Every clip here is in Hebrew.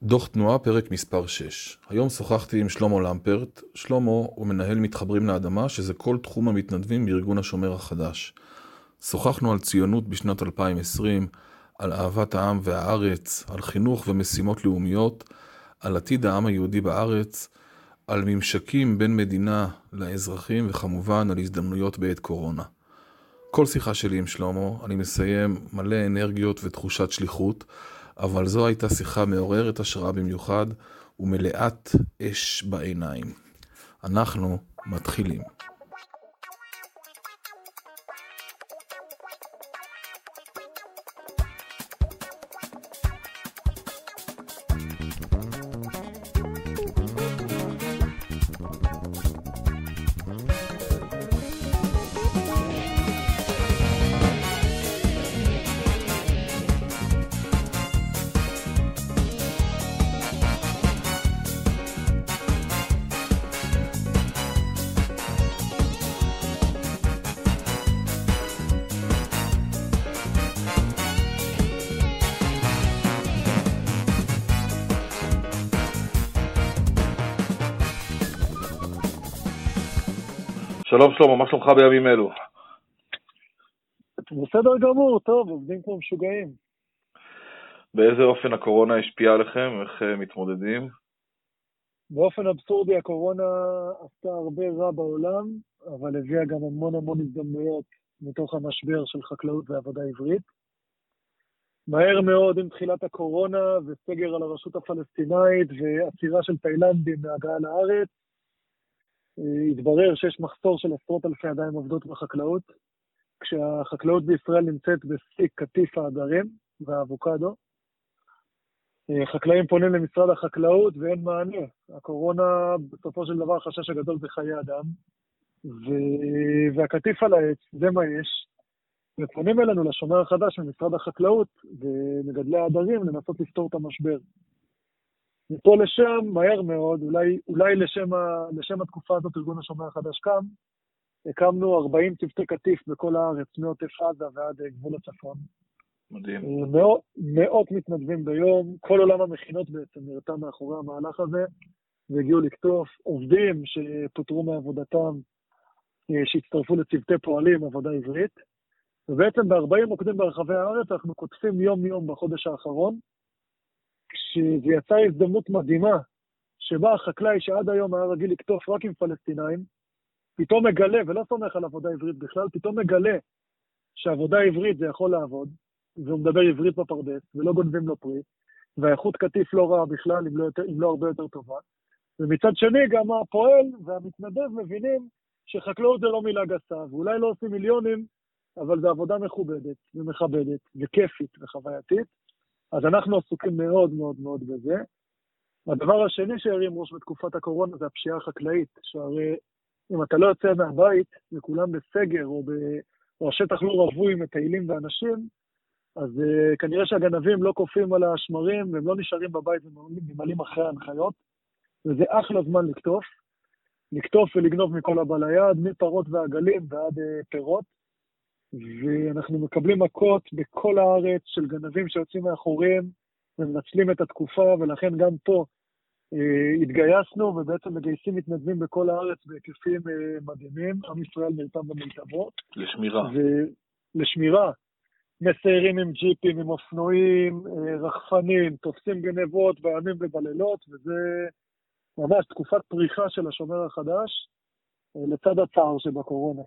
דוח תנועה, פרק מספר 6. היום שוחחתי עם שלמה למפרט. שלמה הוא מנהל מתחברים לאדמה, שזה כל תחום המתנדבים בארגון השומר החדש. שוחחנו על ציונות בשנת 2020, על אהבת העם והארץ, על חינוך ומשימות לאומיות, על עתיד העם היהודי בארץ, על ממשקים בין מדינה לאזרחים, וכמובן על הזדמנויות בעת קורונה. כל שיחה שלי עם שלמה, אני מסיים מלא אנרגיות ותחושת שליחות, אבל זו הייתה שיחה מעוררת השראה במיוחד ומלאת אש בעיניים. אנחנו מתחילים. שלום שלמה, מה שלומך בימים אלו? בסדר גמור, טוב, עובדים כמו משוגעים. באיזה אופן הקורונה השפיעה עליכם? איך מתמודדים? באופן אבסורדי הקורונה עשתה הרבה רע בעולם, אבל הביאה גם המון הזדמנויות מתוך המשבר של חקלאות ועבודה עברית. מהר מאוד עם תחילת הקורונה וסגר על הרשות הפלסטינאית ועצירה של תאילנדים מהגעה לארץ, התברר שיש מחסור של עשרות אלפי ידיים עובדות בחקלאות, כשהחקלאות בישראל נמצאת בשיא קטיף העדרים והאבוקדו. חקלאים פונים למשרד החקלאות ואין מענה. הקורונה בסופו של דבר חשש הגדול בחיי אדם, והקטיף על העץ, זה מה יש. ופונים אלינו לשומר החדש ממשרד החקלאות ומגדלי העדרים לנסות לפתור את המשבר. מפה לשם, מהר מאוד, אולי לשם התקופה הזאת ארגון השומר החדש קם, הקמנו 40 צוותי קטיף בכל הארץ, מעוטף עזה ועד גבול הצפון. מדהים. מאות מתנדבים ביום, כל עולם המכינות בעצם נרתם מאחורי המהלך הזה, והגיעו לקטוף עובדים שפוטרו מעבודתם, שהצטרפו לצוותי פועלים, עבודה עברית, ובעצם ב-40 מוקדים ברחבי הארץ אנחנו קוטפים יום בחודש האחרון, כשזה יצא הזדמנות מדהימה, שבה החקלאי שעד היום היה רגיל לקטוף רק עם פלסטינאים, פתאום מגלה, ולא סומך על עבודה עברית בכלל, פתאום מגלה שעבודה עברית זה יכול לעבוד, והוא מדבר עברית בפרדס, ולא גונבים לו פרי, והאיכות קטיף לא רעה בכלל, אם לא הרבה יותר טובה. ומצד שני גם הפועל והמתנדב מבינים שחקלאות זה לא מילה גסה, ואולי לא עושים מיליונים, אבל זה עבודה מכובדת ומכבדת וכיפית וחווייתית. אז אנחנו עסוקים מאוד בזה. הדבר השני שהרים ראש בתקופת הקורונה זה הפשיעה החקלאית, שהרי אם אתה לא יוצא מהבית וכולם בסגר או השטח לא רווי עם מטיילים ואנשים, אז כנראה שהגנבים לא קופים על השמרים והם לא נשארים בבית וממלאים אחרי ההנחיות, וזה אחלה זמן לקטוף ולגנוב מכל הבא ליד, מפרות ועגלים ועד פירות, ואנחנו מקבלים מכות בכל הארץ של גנבים שיוצאים מאחוריהם ומנצלים את התקופה, ולכן גם פה התגייסנו ובעצם מגייסים מתנדבים בכל הארץ בהיקפים מדהימים. עם ישראל נרתם במיטבו. לשמירה. מסיירים עם ג'יפים, עם אופנועים, רחפנים, תופסים גנבות בימים ובלילות, וזה ממש תקופת פריחה של השומר החדש, לצד הצער שבקורונה.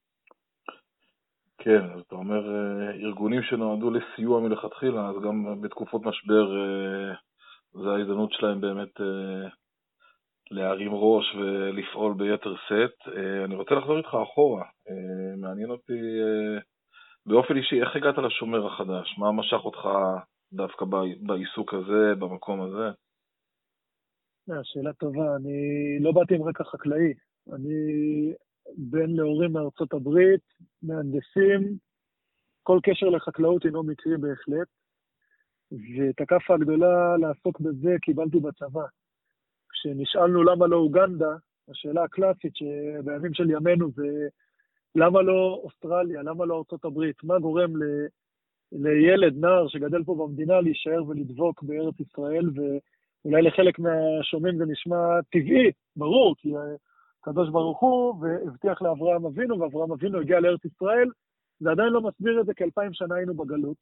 כן, אז אתה אומר, ארגונים שנועדו לסיוע מלכתחילה, אז גם בתקופות משבר, זה ההזדמנות שלהם באמת להרים ראש ולפעול ביתר סט. אני רוצה לחזור איתך אחורה. מעניין אותי באופן אישי, איך הגעת לשומר החדש? מה משך אותך דווקא בעיסוק הזה, במקום הזה? שאלה טובה. אני לא באתי עם רקע חקלאי. אני בן להורים מארצות הברית, מהנדסים, כל קשר לחקלאות אינו מקרי בהחלט, ואת הכף הגדולה לעסוק בזה קיבלתי בצבא. כשנשאלנו למה לא אוגנדה, השאלה הקלאסית שבימים של ימינו זה למה לא אוסטרליה, למה לא ארצות הברית, מה גורם לילד, נער שגדל פה במדינה להישאר ולדבוק בארץ ישראל אולי לחלק מהשומעים זה נשמע טבעי, ברור, כי הקדוש ברוך הוא והבטיח לאברהם אבינו, ואברהם אבינו הגיע לארץ ישראל, זה עדיין לא מסביר את זה, כ2000 שנה היינו בגלות,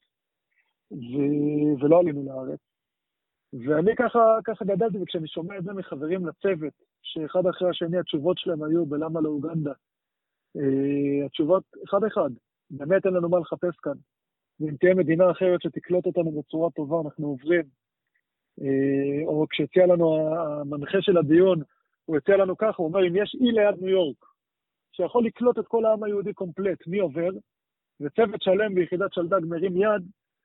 ולא עלינו לארץ. ואני ככה גדלתי, וכשאני שומע את זה מחברים לצוות, שאחד אחרי השני התשובות שלהם היו בלמה לאוגנדה, התשובות אחד, באמת אין לנו מה לחפש כאן. ואם תהיה מדינה אחרת שתקלוט אותנו בצורה טובה, אנחנו עוברים. או כשהציע לנו המנחה של הדיון, הוא הציע לנו ככה, הוא אומר, אם יש אי ליד ניו יורק, שיכול לקלוט את כל העם היהודי קומפלט, מי עובר? וצוות שלם ביחידת שלדג מרים יד,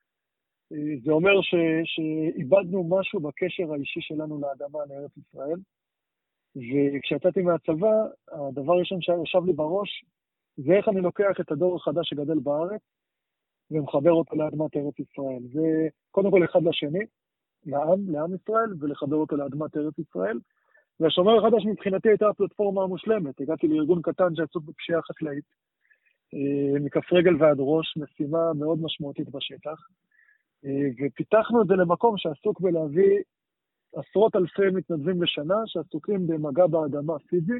זה אומר שאיבדנו משהו בקשר האישי שלנו לאדמה, לארץ ישראל. וכשיצאתי מהצבא, הדבר הראשון שישב לי בראש, זה איך אני לוקח את הדור החדש שגדל בארץ, ומחבר אותו לאדמת ארץ ישראל. זה קודם כל אחד לשני, לעם ישראל, ולחבר אותו לאדמת ארץ ישראל. והשומר החדש מבחינתי הייתה הפלטפורמה המושלמת. הגעתי לארגון קטן שעסוק בפשיעה חקלאית, מכף רגל ועד ראש, משימה מאוד משמעותית בשטח. ופיתחנו את זה למקום שעסוק בלהביא עשרות אלפי מתנדבים בשנה, שעסוקים במגע באדמה פיזי,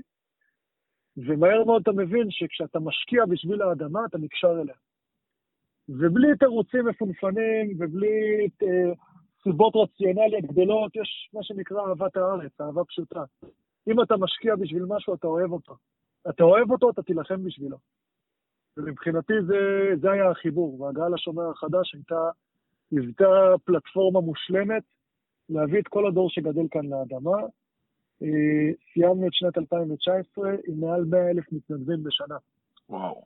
ומהר מאוד אתה מבין שכשאתה משקיע בשביל האדמה, אתה נקשר אליה. ובלי תירוצים מפונפנים, ובלי סיבות רציונליות גדולות, יש מה שנקרא אהבת הארץ, אהבה פשוטה. אם אתה משקיע בשביל משהו, אתה אוהב אותו. אתה אוהב אותו, אתה תילחם בשבילו. ומבחינתי זה היה החיבור, וההגעה לשומר החדש היוותה פלטפורמה מושלמת, להביא את כל הדור שגדל כאן לאדמה. סיימנו את שנת 2019 עם מעל 100,000 מתנדבים בשנה. וואו.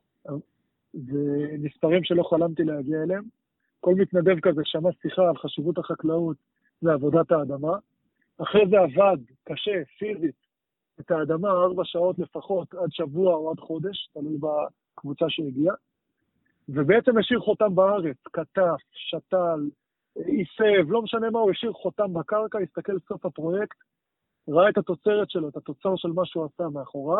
זה מספרים שלא חלמתי להגיע אליהם. כל מתנדב כזה שמע שיחה על חשיבות החקלאות ועבודת האדמה. אחרי זה עבד קשה, פיזית, את האדמה 4 שעות לפחות, עד שבוע או עד חודש, תלוי בקבוצה שהגיעה. ובעצם השאיר חותם בארץ, כתף, שתל, איסב, לא משנה מה, הוא השאיר חותם בקרקע, הסתכל סוף הפרויקט, ראה את התוצרת שלו, את התוצר של מה שהוא עשה מאחוריו,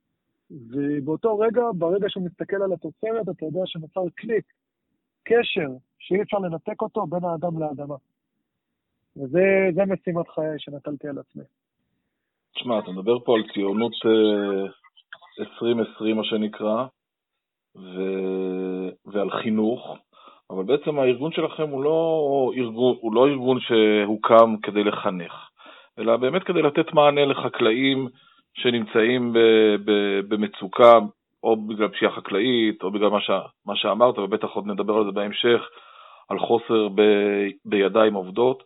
ובאותו רגע, ברגע שהוא מסתכל על התוצרת, אתה יודע שנוצר קליק, קשר, שאי אפשר לנתק אותו בין האדם לאדמה. וזה משימת חיי שנטלתי על עצמי. תשמע, אתה מדבר פה על ציונות 2020, מה שנקרא, ועל חינוך, אבל בעצם הארגון שלכם הוא לא ארגון שהוקם כדי לחנך, אלא באמת כדי לתת מענה לחקלאים שנמצאים במצוקה, או בגלל פשיעה חקלאית, או בגלל מה שאמרת, ובטח עוד נדבר על זה בהמשך, על חוסר בידיים עובדות.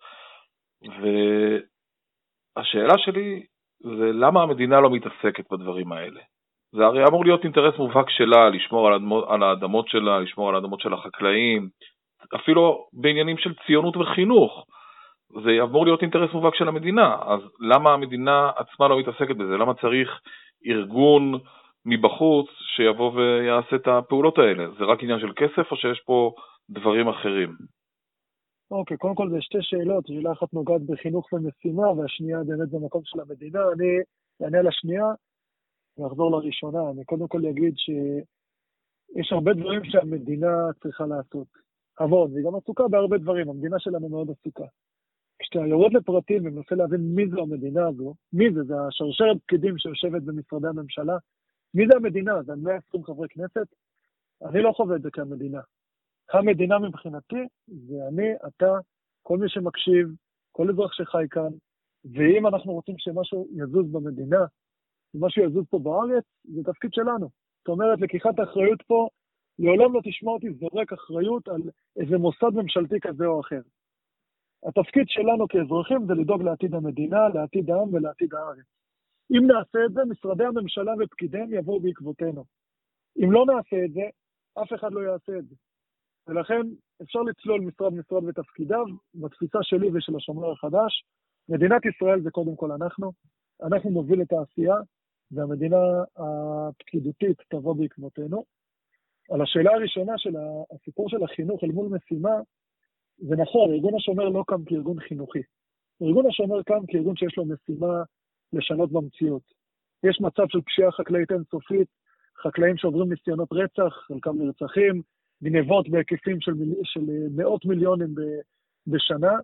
והשאלה שלי זה למה המדינה לא מתעסקת בדברים האלה? זה הרי אמור להיות אינטרס מובהק שלה, לשמור על האדמות שלה, לשמור על האדמות של החקלאים, אפילו בעניינים של ציונות וחינוך. זה אמור להיות אינטרס מובהק של המדינה, אז למה המדינה עצמה לא מתעסקת בזה? למה צריך ארגון מבחוץ שיבוא ויעשה את הפעולות האלה? זה רק עניין של כסף או שיש פה דברים אחרים? אוקיי, קודם כל זה 2 שאלות, שאלה אחת נוגעת בחינוך ומשימה, והשנייה באמת במקום של המדינה. אני אענה על השנייה, ואחזור לראשונה. אני קודם כל אגיד שיש הרבה דברים שהמדינה צריכה לעשות. אבל היא גם עסוקה בהרבה דברים, המדינה שלנו מאוד עסוקה. כשאתה יורד לפרטים ומנסה להבין מי זו המדינה הזו, מי זה? זה השרשרת פקידים שיושבת במשרדי הממשלה. מי זה המדינה? זה 120 חברי כנסת? אני לא חווה את זה כמדינה. המדינה מבחינתי זה אני, אתה, כל מי שמקשיב, כל אזרח שחי כאן, ואם אנחנו רוצים שמשהו יזוז במדינה, משהו יזוז פה בארץ, זה תפקיד שלנו. זאת אומרת, לקיחת האחריות פה, לעולם לא תשמע אותי זורק אחריות על איזה מוסד ממשלתי כזה או אחר. התפקיד שלנו כאזרחים זה לדאוג לעתיד המדינה, לעתיד העם ולעתיד הארץ. אם נעשה את זה, משרדי הממשלה ופקידיהם יבואו בעקבותינו. אם לא נעשה את זה, אף אחד לא יעשה את זה. ולכן אפשר לצלול משרד ותפקידיו, בתפיסה שלי ושל השומר החדש. מדינת ישראל זה קודם כל אנחנו נוביל את העשייה, והמדינה הפקידותית תבוא בעקבותינו. על השאלה הראשונה של הסיפור של החינוך אל מול משימה, זה נכון, ארגון השומר לא קם כארגון חינוכי. ארגון השומר קם כארגון שיש לו משימה לשנות במציאות. יש מצב של פשיעה חקלאית אינסופית, חקלאים שעוברים ניסיונות רצח, חלקם נרצחים, גנבות בהיקפים של מאות מיליונים בשנה,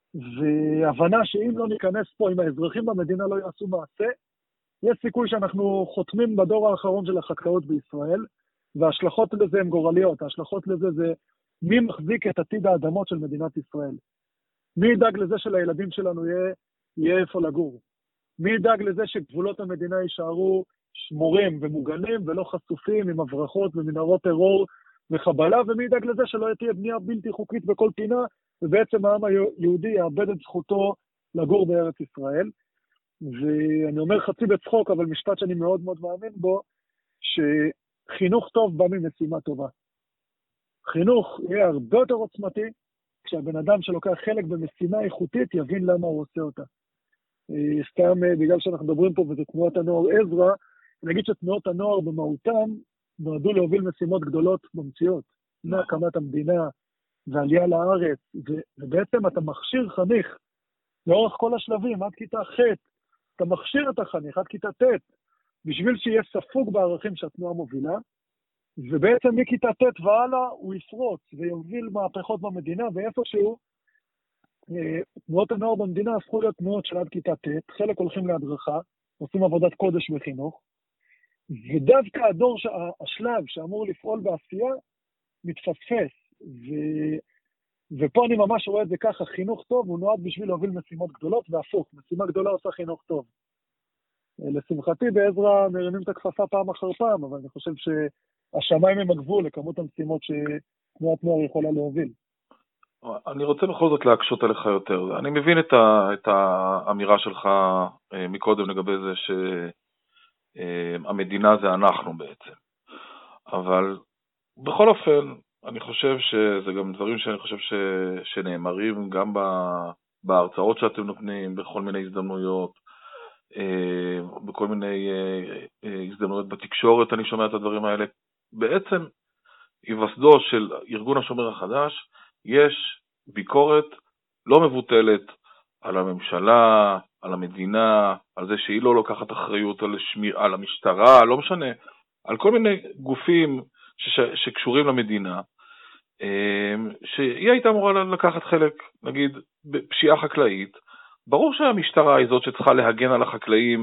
והבנה שאם לא ניכנס פה, אם האזרחים במדינה לא יעשו מעשה, יש סיכוי שאנחנו חותמים בדור האחרון של החקלאות בישראל, וההשלכות לזה הן גורליות. ההשלכות לזה זה מי מחזיק את עתיד האדמות של מדינת ישראל. מי ידאג לזה שלילדים שלנו יהיה איפה לגור. מי ידאג לזה שגבולות המדינה יישארו שמורים ומוגנים ולא חשופים עם הברחות ומנהרות טרור וחבלה, ומי ידאג לזה שלא תהיה בנייה בלתי חוקית בכל פינה, ובעצם העם היהודי יאבד את זכותו לגור בארץ ישראל. ואני אומר חצי בצחוק, אבל משפט שאני מאוד מאוד מאמין בו, שחינוך טוב בא ממשימה טובה. חינוך יהיה הרבה יותר עוצמתי, כשהבן אדם שלוקח חלק במשימה איכותית יבין למה הוא עושה אותה. סתם בגלל שאנחנו מדברים פה וזה תנועת הנוער עזרא, נגיד שתנועות הנוער במהותם נועדו להוביל משימות גדולות במציאות. מהקמת המדינה ועלייה לארץ, ובעצם אתה מכשיר חניך לאורך כל השלבים, עד כיתה ח', אתה מכשיר את החניך עד כיתה ט', בשביל שיהיה ספוג בערכים שהתנועה מובילה, ובעצם מכיתה ט' והלאה הוא יפרוץ ויוביל מהפכות במדינה, ואיפשהו תנועות הנוער במדינה הפכו להיות תנועות של עד כיתה ט', חלק הולכים להדרכה, עושים עבודת קודש בחינוך, ודווקא השלב שאמור לפעול בעשייה מתפספס, ופה אני ממש רואה את זה ככה, חינוך טוב הוא נועד בשביל להוביל משימות גדולות, והפוך, משימה גדולה עושה חינוך טוב. לשמחתי בעזרא מרימים את הכפפה פעם אחר פעם, אבל אני חושב שהשמיים הם הגבול לכמות המשימות שתנועת נוער יכולה להוביל. אני רוצה בכל זאת להקשות עליך יותר. אני מבין את האמירה שלך מקודם לגבי זה שהמדינה זה אנחנו בעצם. אבל בכל אופן, אני חושב שזה גם דברים שאני חושב שנאמרים גם בהרצאות שאתם נותנים, בכל מיני הזדמנויות, בכל מיני הזדמנויות בתקשורת אני שומע את הדברים האלה. בעצם היווסדו של ארגון השומר החדש, יש ביקורת לא מבוטלת על הממשלה, על המדינה, על זה שהיא לא לוקחת אחריות על המשטרה, לא משנה, על כל מיני גופים שקשורים למדינה, שהיא הייתה אמורה לקחת חלק, נגיד, בפשיעה חקלאית. ברור שהמשטרה היא זאת שצריכה להגן על החקלאים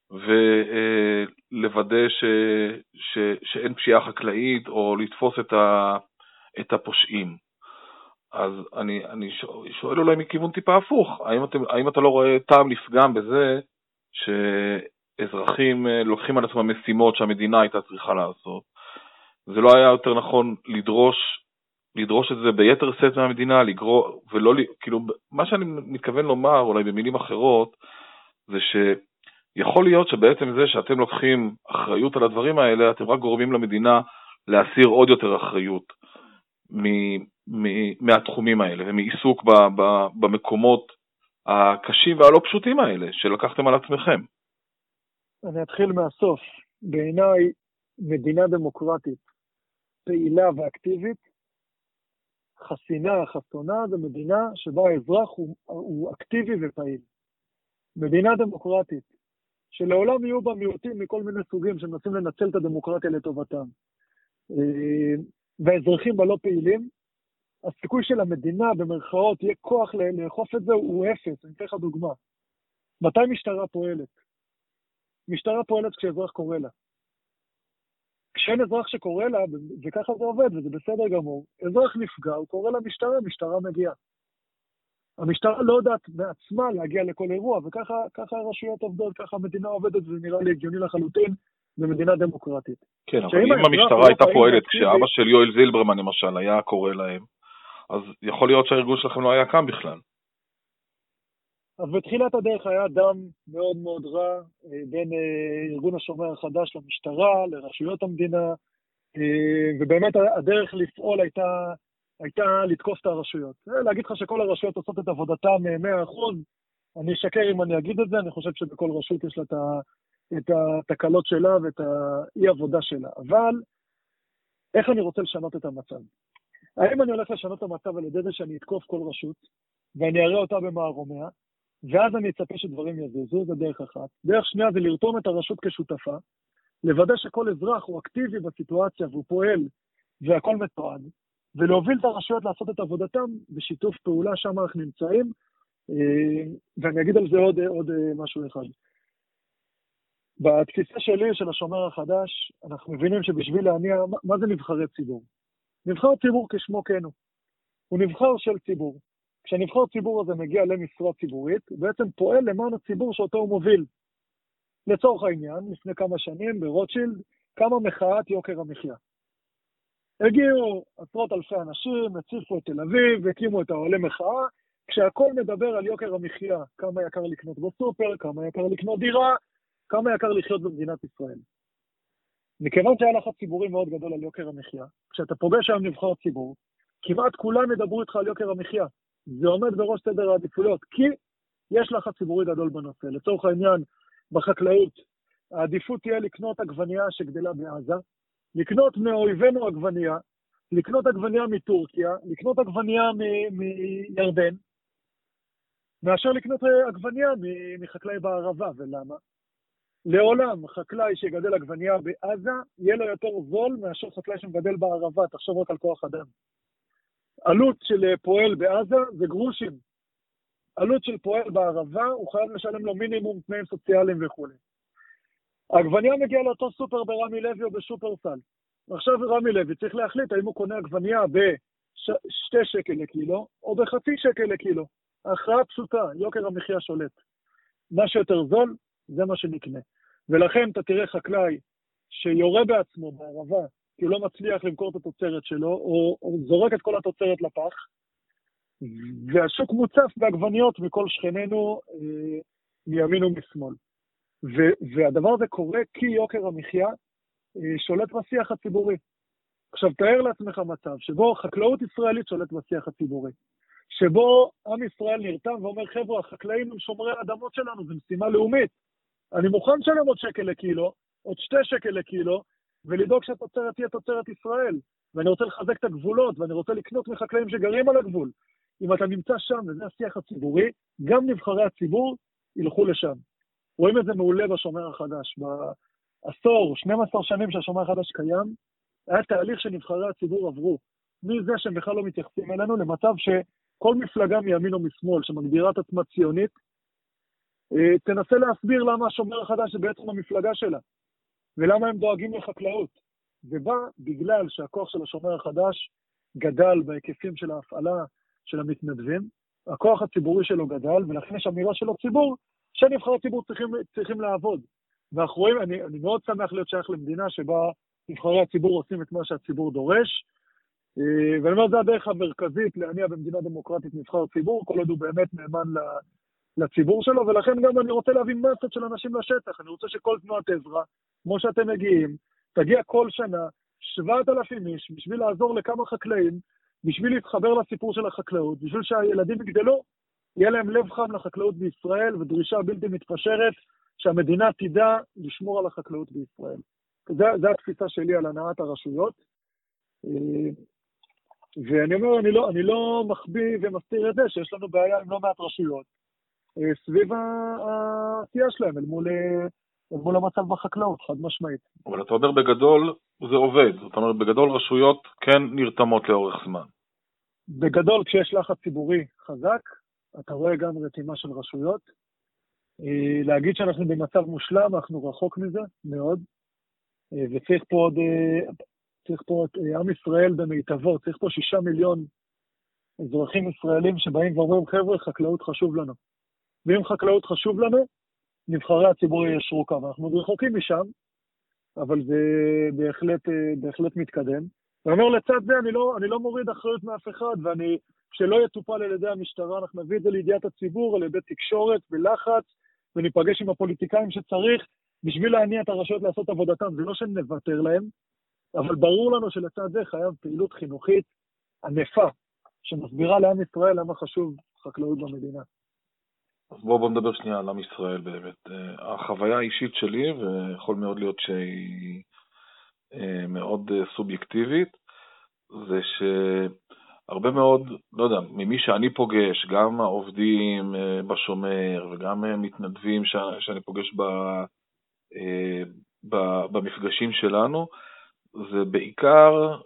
ולוודא שאין פשיעה חקלאית או לתפוס את הפושעים. אז אני שואל אולי מכיוון טיפה הפוך, האם אתה לא רואה טעם לפגם בזה שאזרחים לוקחים על עצמם משימות שהמדינה הייתה צריכה לעשות? זה לא היה יותר נכון לדרוש את זה ביתר סט מהמדינה, ולא, כאילו, מה שאני מתכוון לומר, אולי במילים אחרות, זה שיכול להיות שבעצם זה שאתם לוקחים אחריות על הדברים האלה, אתם רק גורמים למדינה להסיר עוד יותר אחריות מהתחומים האלה, ומעיסוק במקומות הקשים והלא פשוטים האלה, שלקחתם על עצמכם. אני אתחיל מהסוף. בעיניי, מדינה דמוקרטית, פעילה ואקטיבית, חסונה זה מדינה שבה האזרח הוא אקטיבי ופעיל. מדינה דמוקרטית, שלעולם יהיו בה מיעוטים מכל מיני סוגים שמנסים לנצל את הדמוקרטיה לטובתם. והאזרחים בה לא פעילים, הסיכוי של המדינה במרכאות יהיה כוח לאכוף את זה הוא אפס. אני אתן לך דוגמה. מתי משטרה פועלת? משטרה פועלת כשאזרח קורא לה. כשאין אזרח שקורא לה, וככה זה עובד, וזה בסדר גמור, אזרח נפגע, הוא קורא למשטרה, המשטרה מגיעה. המשטרה לא יודעת מעצמה להגיע לכל אירוע, וככה הרשויות עובדות, ככה המדינה עובדת, וזה נראה לי הגיוני לחלוטין במדינה דמוקרטית. כן, אבל אם המשטרה הייתה פועלת, כשאבא של יואל זילברמן למשל היה קורא להם, אז יכול להיות שהארגון שלכם לא היה קם בכלל. אז בתחילת הדרך היה דם מאוד מאוד רע בין ארגון השומר החדש למשטרה, לרשויות המדינה, ובאמת הדרך לפעול הייתה לתקוף את הרשויות. להגיד לך שכל הרשויות עושות את עבודתם 100%, אני אשקר אם אני אגיד את זה, אני חושב שבכל רשות יש לה את התקלות שלה ואת האי עבודה שלה. אבל איך אני רוצה לשנות את המצב? האם אני הולך לשנות את המצב על ידי זה שאני אתקוף כל רשות, ואני אראה אותה במערומיה, ואז אני אצפה שדברים יזוזו, זה דרך אחת. דרך שנייה זה לרתום את הרשות כשותפה, לוודא שכל אזרח הוא אקטיבי בסיטואציה והוא פועל והכל מתועד, ולהוביל את הרשויות לעשות את עבודתם בשיתוף פעולה שם אנחנו נמצאים, ואני אגיד על זה עוד משהו אחד. בתפיסה שלי של השומר החדש, אנחנו מבינים שבשביל להניע, מה זה נבחרי ציבור? נבחר ציבור כשמו כן הוא. הוא נבחר של ציבור. כשנבחר ציבור הזה מגיע למשרה ציבורית, הוא בעצם פועל למען הציבור שאותו הוא מוביל. לצורך העניין, לפני כמה שנים ברוטשילד, קמה מחאת יוקר המחיה. הגיעו עשרות אלפי אנשים, הציפו את תל אביב, הקימו את האוהלי מחאה, כשהכל מדבר על יוקר המחיה, כמה יקר לקנות בסופר, כמה יקר לקנות דירה, כמה יקר לחיות במדינת ישראל. מכיוון שהיה לחץ ציבורי מאוד גדול על יוקר המחיה, כשאתה פוגש היום נבחר ציבור, כמעט כולם ידברו איתך על יוקר המחיה. זה עומד בראש סדר העדיפויות, כי יש לחץ ציבורי גדול בנושא. לצורך העניין, בחקלאות, העדיפות תהיה לקנות עגבנייה שגדלה בעזה, לקנות מאויבינו עגבנייה, לקנות עגבנייה מטורקיה, לקנות עגבנייה מירדן, מאשר לקנות עגבנייה מחקלאי בערבה. ולמה? לעולם חקלאי שיגדל עגבנייה בעזה, יהיה לו יותר זול מאשר חקלאי שמגדל בערבה. תחשוב רק על כוח אדם. עלות של פועל בעזה זה גרושים. עלות של פועל בערבה, הוא חייב לשלם לו מינימום תנאים סוציאליים וכו'. העגבנייה מגיעה לאותו סופר ברמי לוי או בשופרסל. עכשיו רמי לוי צריך להחליט האם הוא קונה עגבנייה ב2 שקל לקילו או בחצי שקל לקילו. ההכרעה פשוטה, יוקר המחיה שולט. מה שיותר זול, זה מה שנקנה. ולכן אתה תראה חקלאי שיורה בעצמו בערבה, כי הוא לא מצליח למכור את התוצרת שלו, או זורק את כל התוצרת לפח, והשוק מוצף בעגבניות מכל שכנינו מימין ומשמאל. והדבר הזה קורה כי יוקר המחיה שולט בשיח הציבורי. עכשיו תאר לעצמך מצב שבו חקלאות ישראלית שולט בשיח הציבורי, שבו עם ישראל נרתם ואומר, חבר'ה, החקלאים הם שומרי האדמות שלנו, זו משימה לאומית. אני מוכן לשלם עוד שקל לקילו, עוד 2 שקל לקילו, ולדאוג שהתוצרת תהיה תוצרת ישראל. ואני רוצה לחזק את הגבולות, ואני רוצה לקנות מחקלאים שגרים על הגבול. אם אתה נמצא שם, וזה השיח הציבורי, גם נבחרי הציבור ילכו לשם. רואים את זה מעולה בשומר החדש. בעשור, 12 שנים שהשומר החדש קיים, היה תהליך שנבחרי הציבור עברו. מזה שהם בכלל לא מתייחסים אלינו, למצב שכל מפלגה מימין או משמאל, שמגדירה את עצמה ציונית, תנסה להסביר למה השומר החדש זה בעצם המפלגה שלה, ולמה הם דואגים לחקלאות. זה בא בגלל שהכוח של השומר החדש גדל בהיקפים של ההפעלה של המתנדבים, הכוח הציבורי שלו גדל, ולכן יש אמירה של הציבור, שנבחרי הציבור צריכים לעבוד. ואנחנו רואים, אני מאוד שמח להיות שייך למדינה שבה נבחרי הציבור עושים את מה שהציבור דורש, ואני אומר, זה הדרך המרכזית להניע במדינה דמוקרטית נבחר ציבור, כל עוד הוא באמת נאמן לציבור שלו, ולכן גם אני רוצה להביא מסות של אנשים לשטח. אני רוצה שכל תנועת עזרה, כמו שאתם מגיעים, תגיע כל שנה 7,000 איש, בשביל לעזור לכמה חקלאים, בשביל להתחבר לסיפור של החקלאות, בשביל שהילדים יגדלו, יהיה להם לב חם לחקלאות בישראל, ודרישה בלתי מתפשרת, שהמדינה תדע לשמור על החקלאות בישראל. זה התפיסה שלי על הנעת הרשויות. ואני אומר, אני לא מחביא ומסתיר את זה, שיש לנו בעיה עם לא מעט רשויות, סביב העשייה שלהם, אל מול המצב בחקלאות, חד משמעית. אבל אתה אומר בגדול, זה עובד. זאת אומרת, בגדול רשויות כן נרתמות לאורך זמן. בגדול, כשיש לחץ ציבורי חזק, אתה רואה גם רתימה של רשויות. להגיד שאנחנו במצב מושלם, אנחנו רחוק מזה, מאוד. וצריך פה את עם ישראל במיטבו, צריך פה 6 מיליון אזרחים ישראלים שבאים ואומרים, חבר'ה, חקלאות חשוב לנו. ואם חקלאות חשוב לנו, נבחרי הציבור ישרו כמה. אנחנו רחוקים משם, אבל זה בהחלט מתקדם. ואני אומר, לצד זה אני לא מוריד אחריות מאף אחד, שלא יטופל על ידי המשטרה, אנחנו נביא את זה לידיעת הציבור, על ידי תקשורת ולחץ, וניפגש עם הפוליטיקאים שצריך, בשביל להניע את הרשויות לעשות עבודתם. זה לא שנוותר להם, אבל ברור לנו שלצד זה חייב פעילות חינוכית ענפה, שמסבירה לעם ישראל למה חשוב חקלאות במדינה. אז בואו נדבר שנייה על עם ישראל באמת. החוויה האישית שלי, ויכול מאוד להיות שהיא מאוד סובייקטיבית, זה שהרבה מאוד, לא יודע, ממי שאני פוגש, גם העובדים בשומר וגם מתנדבים שאני פוגש במפגשים שלנו, זה בעיקר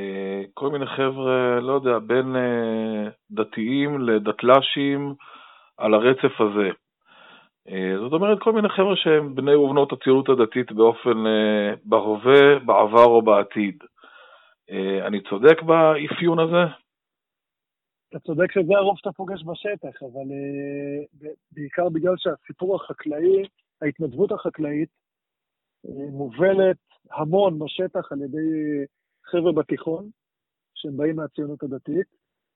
כל מיני חבר'ה, לא יודע, בין דתיים לדתל"שים, על הרצף הזה. זאת אומרת, כל מיני חבר'ה שהם בני ובנות הציונות הדתית באופן בהווה, בעבר או בעתיד. אני צודק באפיון הזה? אתה צודק שזה הרוב שאתה פוגש בשטח, אבל בעיקר בגלל שהסיפור החקלאי, ההתנדבות החקלאית, מובלת המון בשטח על ידי חבר'ה בתיכון, שהם באים מהציונות הדתית.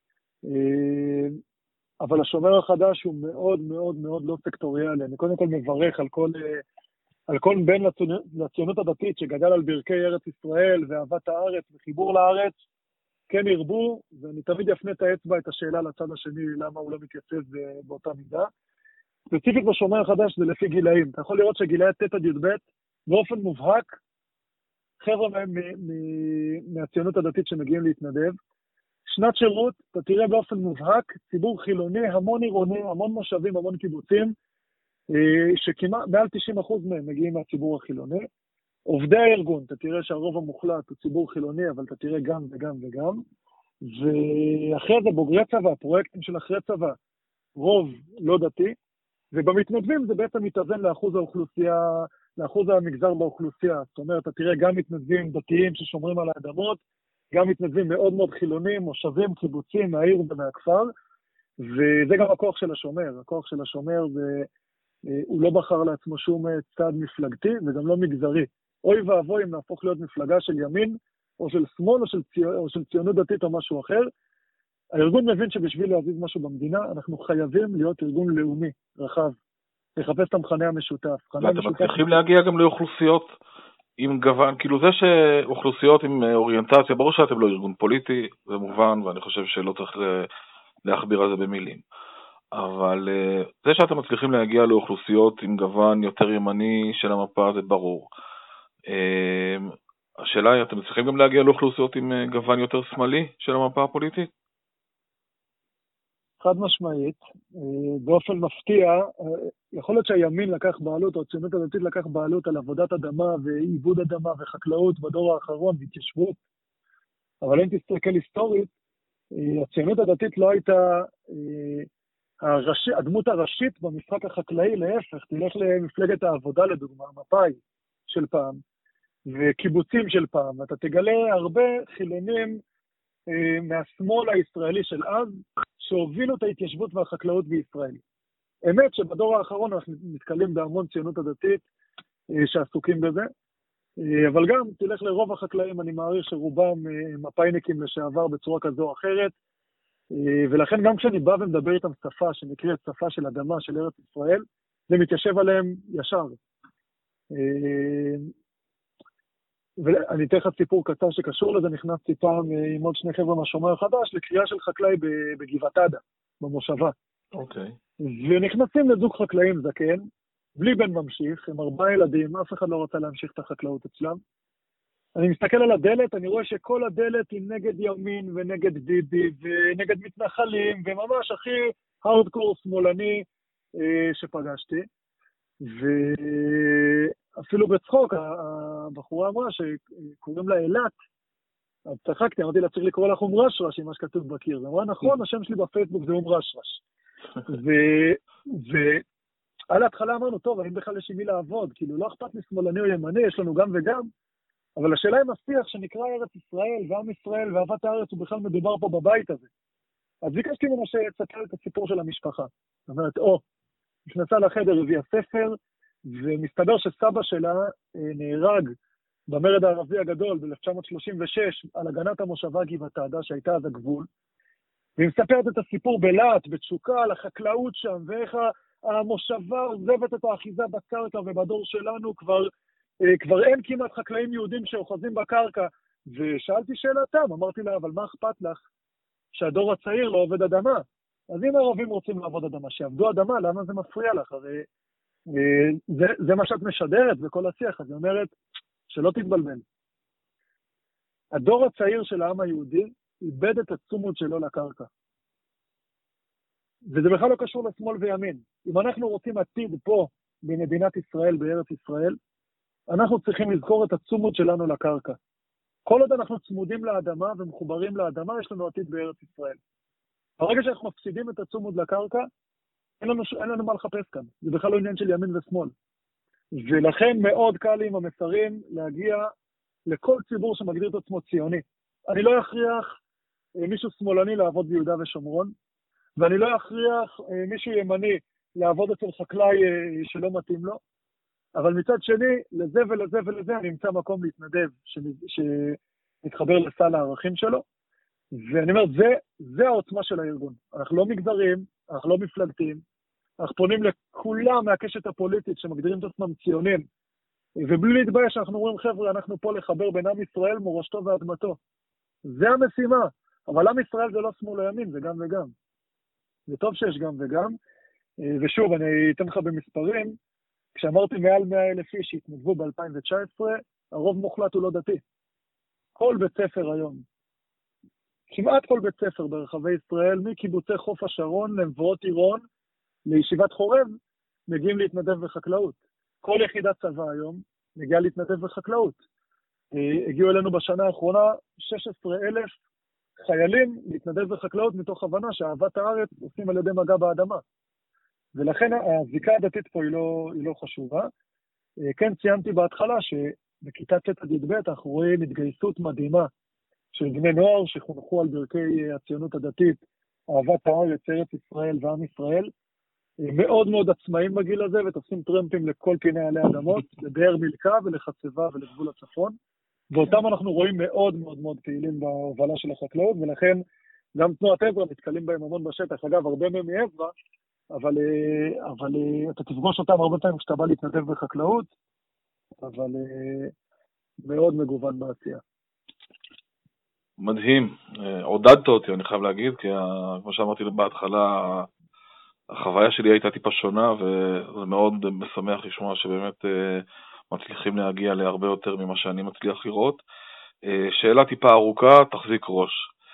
אבל השומר החדש הוא מאוד מאוד מאוד לא סקטוריאלי. אני קודם כל מברך על כל בן לציונות הדתית שגדל על ברכי ארץ ישראל ואהבת הארץ וחיבור לארץ, כן ירבו, ואני תמיד אפנה את האצבע, את השאלה לצד השני, למה הוא לא מתייצב באותה מידה. ספציפית בשומר החדש זה לפי גילאים. אתה יכול לראות שגילאי ט' עד י"ב, באופן מובהק, חבר'ה מהציונות הדתית שמגיעים להתנדב. שנת שירות, אתה תראה באופן מובהק, ציבור חילוני, המון עירוני, המון מושבים, המון קיבוצים, שכמעט מעל 90% מהם מגיעים מהציבור החילוני. עובדי הארגון, אתה תראה שהרוב המוחלט הוא ציבור חילוני, אבל אתה תראה גם וגם וגם. ואחרי זה בוגרי צבא, פרויקטים של אחרי צבא, רוב לא דתי, ובמתנדבים זה בעצם מתאזן לאחוז האוכלוסייה, לאחוז המגזר באוכלוסייה. זאת אומרת, אתה תראה גם מתנדבים דתיים ששומרים על האדמות, גם מתנדבים מאוד מאוד חילונים, מושבים, קיבוצים, מהעיר ומהכפר, וזה גם הכוח של השומר. הכוח של השומר זה, הוא לא בחר לעצמו שום צד מפלגתי, וגם לא מגזרי. אוי ואבוי אם נהפוך להיות מפלגה של ימין, או של שמאל, או של ציונות דתית או משהו אחר. הארגון מבין שבשביל להזיז משהו במדינה, אנחנו חייבים להיות ארגון לאומי, רחב, לחפש את המכנה המשותף. ואתם מצליחים להגיע גם לאוכלוסיות עם גוון, כאילו זה שאוכלוסיות עם אוריינטציה, ברור שאתם לא ארגון פוליטי, זה מובן, ואני חושב שלא צריך להכביר על זה במילים. אבל זה שאתם מצליחים להגיע לאוכלוסיות עם גוון יותר ימני של המפה, זה ברור. השאלה היא, אתם צריכים גם להגיע לאוכלוסיות עם גוון יותר שמאלי של המפה הפוליטית? חד משמעית, באופן מפתיע, יכול להיות שהימין לקח בעלות, או הציונות הדתית לקח בעלות על עבודת אדמה ועיבוד אדמה וחקלאות בדור האחרון והתיישבות, אבל אם תסתכל היסטורית, הציונות הדתית לא הייתה הדמות הראשית במשחק החקלאי, להפך, תלך למפלגת העבודה לדוגמה, מפא"י של פעם, וקיבוצים של פעם, אתה תגלה הרבה חילונים מהשמאל הישראלי של אז, שהובילו את ההתיישבות והחקלאות בישראל. אמת שבדור האחרון אנחנו נתקלים בהמון ציונות הדתית שעסוקים בזה, אבל גם תלך לרוב החקלאים, אני מעריך שרובם מפא"יניקים לשעבר בצורה כזו או אחרת, ולכן גם כשאני בא ומדבר איתם שפה שנקראת שפה של אדמה של ארץ ישראל, זה מתיישב עליהם ישר. ואני אתן לך סיפור קצר שקשור לזה, נכנסתי פעם עם עוד שני חבר'ה מהשומר החדש לקריאה של חקלאי בגבעת עדה, במושבה. אוקיי. ונכנסים לזוג חקלאים זקן, בלי בן ממשיך, עם 4 ילדים, אף אחד לא רוצה להמשיך את החקלאות אצלם. אני מסתכל על הדלת, אני רואה שכל הדלת היא נגד ימין ונגד ביבי ונגד מתנחלים, וממש הכי הארדקור שמאלני שפגשתי. ואפילו בצחוק, הבחורה אמרה שקוראים לה אילת, אז צחקתי, אמרתי לה, צריך לקרוא לך רשרש, עם מה שכתוב בקיר. ואמרה, נכון, השם שלי בפייסבוק זה רשרש. ועל ההתחלה אמרנו, טוב, האם בכלל יש עם מי לעבוד? כאילו, לא אכפת לי שמאלני או ימני, יש לנו גם וגם. אבל השאלה אם השיח שנקרא ארץ ישראל ועם ישראל ואהבת הארץ, הוא בכלל מדובר פה בבית הזה. אז ביקשתי ממנו שתספר את הסיפור של המשפחה. זאת אומרת, נכנסה לחדר, הביאה ספר, ומסתבר שסבא שלה נהרג במרד הערבי הגדול ב-1936 על הגנת המושבה גבעת עדה שהייתה אז הגבול, והיא מספרת את הסיפור בלהט, בתשוקה, על החקלאות שם, ואיך המושבה עוזבת את האחיזה בקרקע, ובדור שלנו כבר אין כמעט חקלאים יהודים שאוחזים בקרקע, ושאלתי שאלתם, אמרתי לה, אבל מה אכפת לך שהדור הצעיר לא עובד אדמה? אז אם הערבים רוצים לעבוד אדמה, שיעבדו אדמה, למה זה מפריע לך? הרי זה מה שאת משדרת בכל השיח, אז היא אומרת שלא תתבלבל. הדור הצעיר של העם היהודי איבד את התשומות שלו לקרקע. וזה בכלל לא קשור לשמאל וימין. אם אנחנו רוצים עתיד פה במדינת ישראל, בארץ ישראל, אנחנו צריכים לזכור את התשומות שלנו לקרקע. כל עוד אנחנו צמודים לאדמה ומחוברים לאדמה, יש לנו עתיד בארץ ישראל. ברגע שאנחנו מפסידים את התשומות לקרקע, אין לנו מה לחפש כאן. זה בכלל לא עניין של ימין ושמאל. ולכן מאוד קל לי עם המסרים להגיע לכל ציבור שמגדיר את עצמו ציוני. אני לא אכריח מישהו שמאלני לעבוד ביהודה ושומרון, ואני לא אכריח מישהו ימני לעבוד אצל חקלאי שלא מתאים לו, אבל מצד שני, לזה ולזה ולזה אני אמצא מקום להתנדב שמתחבר לסל הערכים שלו, ואני אומר, זה העוצמה של הארגון. אנחנו לא מגזרים, אנחנו לא מפלגתיים, אנחנו פונים לכולם מהקשת הפוליטית שמגדירים את עצמם ציונים, ובלי להתבייש אנחנו אומרים, חבר'ה, אנחנו פה לחבר בין עם ישראל, מורשתו ואדמתו. זה המשימה, אבל עם ישראל זה לא שמאל או ימין, זה גם וגם. זה טוב שיש גם וגם, ושוב, אני אתן לך במספרים, כשאמרתי מעל 100,000 איש שהתנדבו ב-2019, הרוב מוחלט הוא לא דתי. כל בית ספר היום, כמעט כל בית ספר ברחבי ישראל, מקיבוצי חוף השרון, למבואות עירון, לישיבת חורב, מגיעים להתנדב בחקלאות. כל יחידת צבא היום מגיעה להתנדב בחקלאות. הגיעו אלינו בשנה האחרונה 16,000 חיילים להתנדב בחקלאות מתוך הבנה שאהבת הארץ עושים על ידי מגע באדמה. ולכן הזיקה הדתית פה היא לא חשובה. כן, ציינתי בהתחלה שבכיתה ט' עד י"ב אנחנו רואים התגייסות מדהימה של בני נוער שחונכו על ברכי הציונות הדתית, אהבת הארץ, ארץ ישראל ועם ישראל, מאוד מאוד עצמאים בגיל הזה ותופסים טרמפים לכל פיני עלי אדמות, לבאר מילכה ולחצבה ולגבול הצפון, ואותם אנחנו רואים מאוד מאוד מאוד פעילים בהובלה של החקלאות, ולכן גם תנועת עזרא נתקלים בהם המון בשטח. אגב, הרבה מהם מעזרא, אבל אתה תפגוש אותם הרבה פעמים כשאתה בא להתנדב בחקלאות, אבל מאוד מגוון בעשייה. מדהים, עודדת אותי, אני חייב להגיד, כי כמו שאמרתי בהתחלה, החוויה שלי הייתה טיפה שונה, וזה מאוד משמח לשמוע שבאמת מצליחים להגיע להרבה יותר ממה שאני מצליח לראות. שאלה טיפה ארוכה, תחזיק ראש.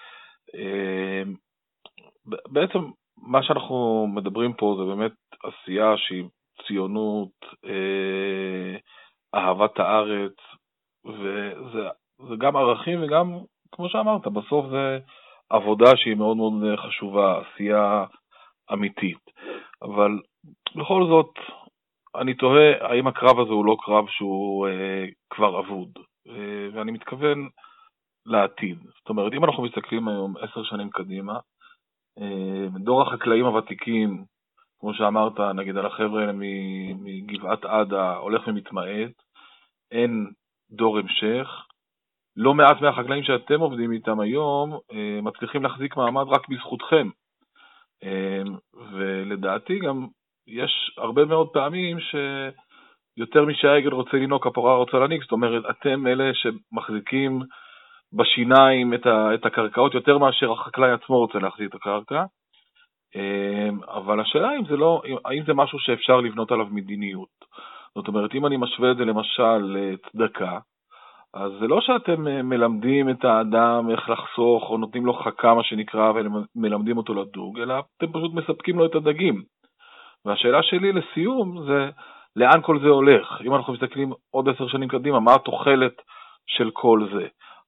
בעצם מה שאנחנו מדברים פה זה באמת עשייה שהיא ציונות, אהבת הארץ, וזה גם ערכים וגם, כמו שאמרת, בסוף זה עבודה שהיא מאוד מאוד חשובה, עשייה אמיתית. אבל בכל זאת, אני תוהה, האם הקרב הזה הוא לא קרב שהוא כבר אבוד? ואני מתכוון לעתיד. זאת אומרת, אם אנחנו מסתכלים היום 10 שנים קדימה, דור החקלאים הוותיקים, כמו שאמרת, נגיד על החבר'ה האלה מגבעת עדה, הולך ומתמעט, אין דור המשך, לא מעט מהחקלאים שאתם עובדים איתם היום, מצליחים להחזיק מעמד רק בזכותכם. ולדעתי גם יש הרבה מאוד פעמים שיותר משהעגל רוצה לנוק, הפרה רוצה לניק, זאת אומרת, אתם אלה שמחזיקים בשיניים את הקרקעות יותר מאשר החקלאי עצמו רוצה להחזיק את הקרקע. אבל השאלה האם זה משהו שאפשר לבנות עליו מדיניות. זאת אומרת, אם אני משווה את זה למשל לצדקה, אז זה לא שאתם מלמדים את האדם איך לחסוך, או נותנים לו חכה מה שנקרא, ומלמדים אותו לדוג, אלא אתם פשוט מספקים לו את הדגים. והשאלה שלי לסיום זה, לאן כל זה הולך? אם אנחנו מסתכלים עוד 10 שנים קדימה, מה התוחלת של כל זה?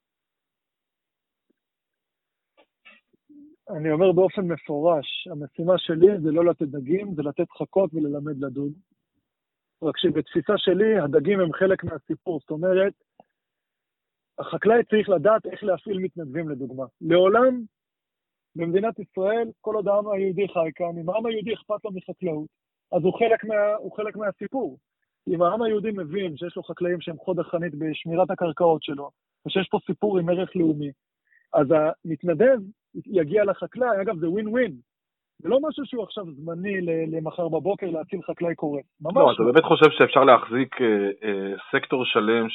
אני אומר באופן מפורש, המשימה שלי זה לא לתת דגים, זה לתת חכות וללמד לדוג. רק שבתפיסה שלי, הדגים הם חלק מהסיפור. זאת אומרת, החקלאי צריך לדעת איך להפעיל מתנדבים לדוגמה. לעולם, במדינת ישראל, כל עוד העם היהודי חי כאן, אם העם היהודי אכפת לו מחקלאות, אז הוא חלק מהסיפור. אם העם היהודי מבין שיש לו חקלאים שהם חוד החנית בשמירת הקרקעות שלו, ושיש פה סיפור עם ערך לאומי, אז המתנדב יגיע לחקלאי, אגב זה ווין ווין. זה לא משהו שהוא עכשיו זמני למחר בבוקר להציל חקלאי קורא. לא, אתה באמת חושב שאפשר להחזיק סקטור שלם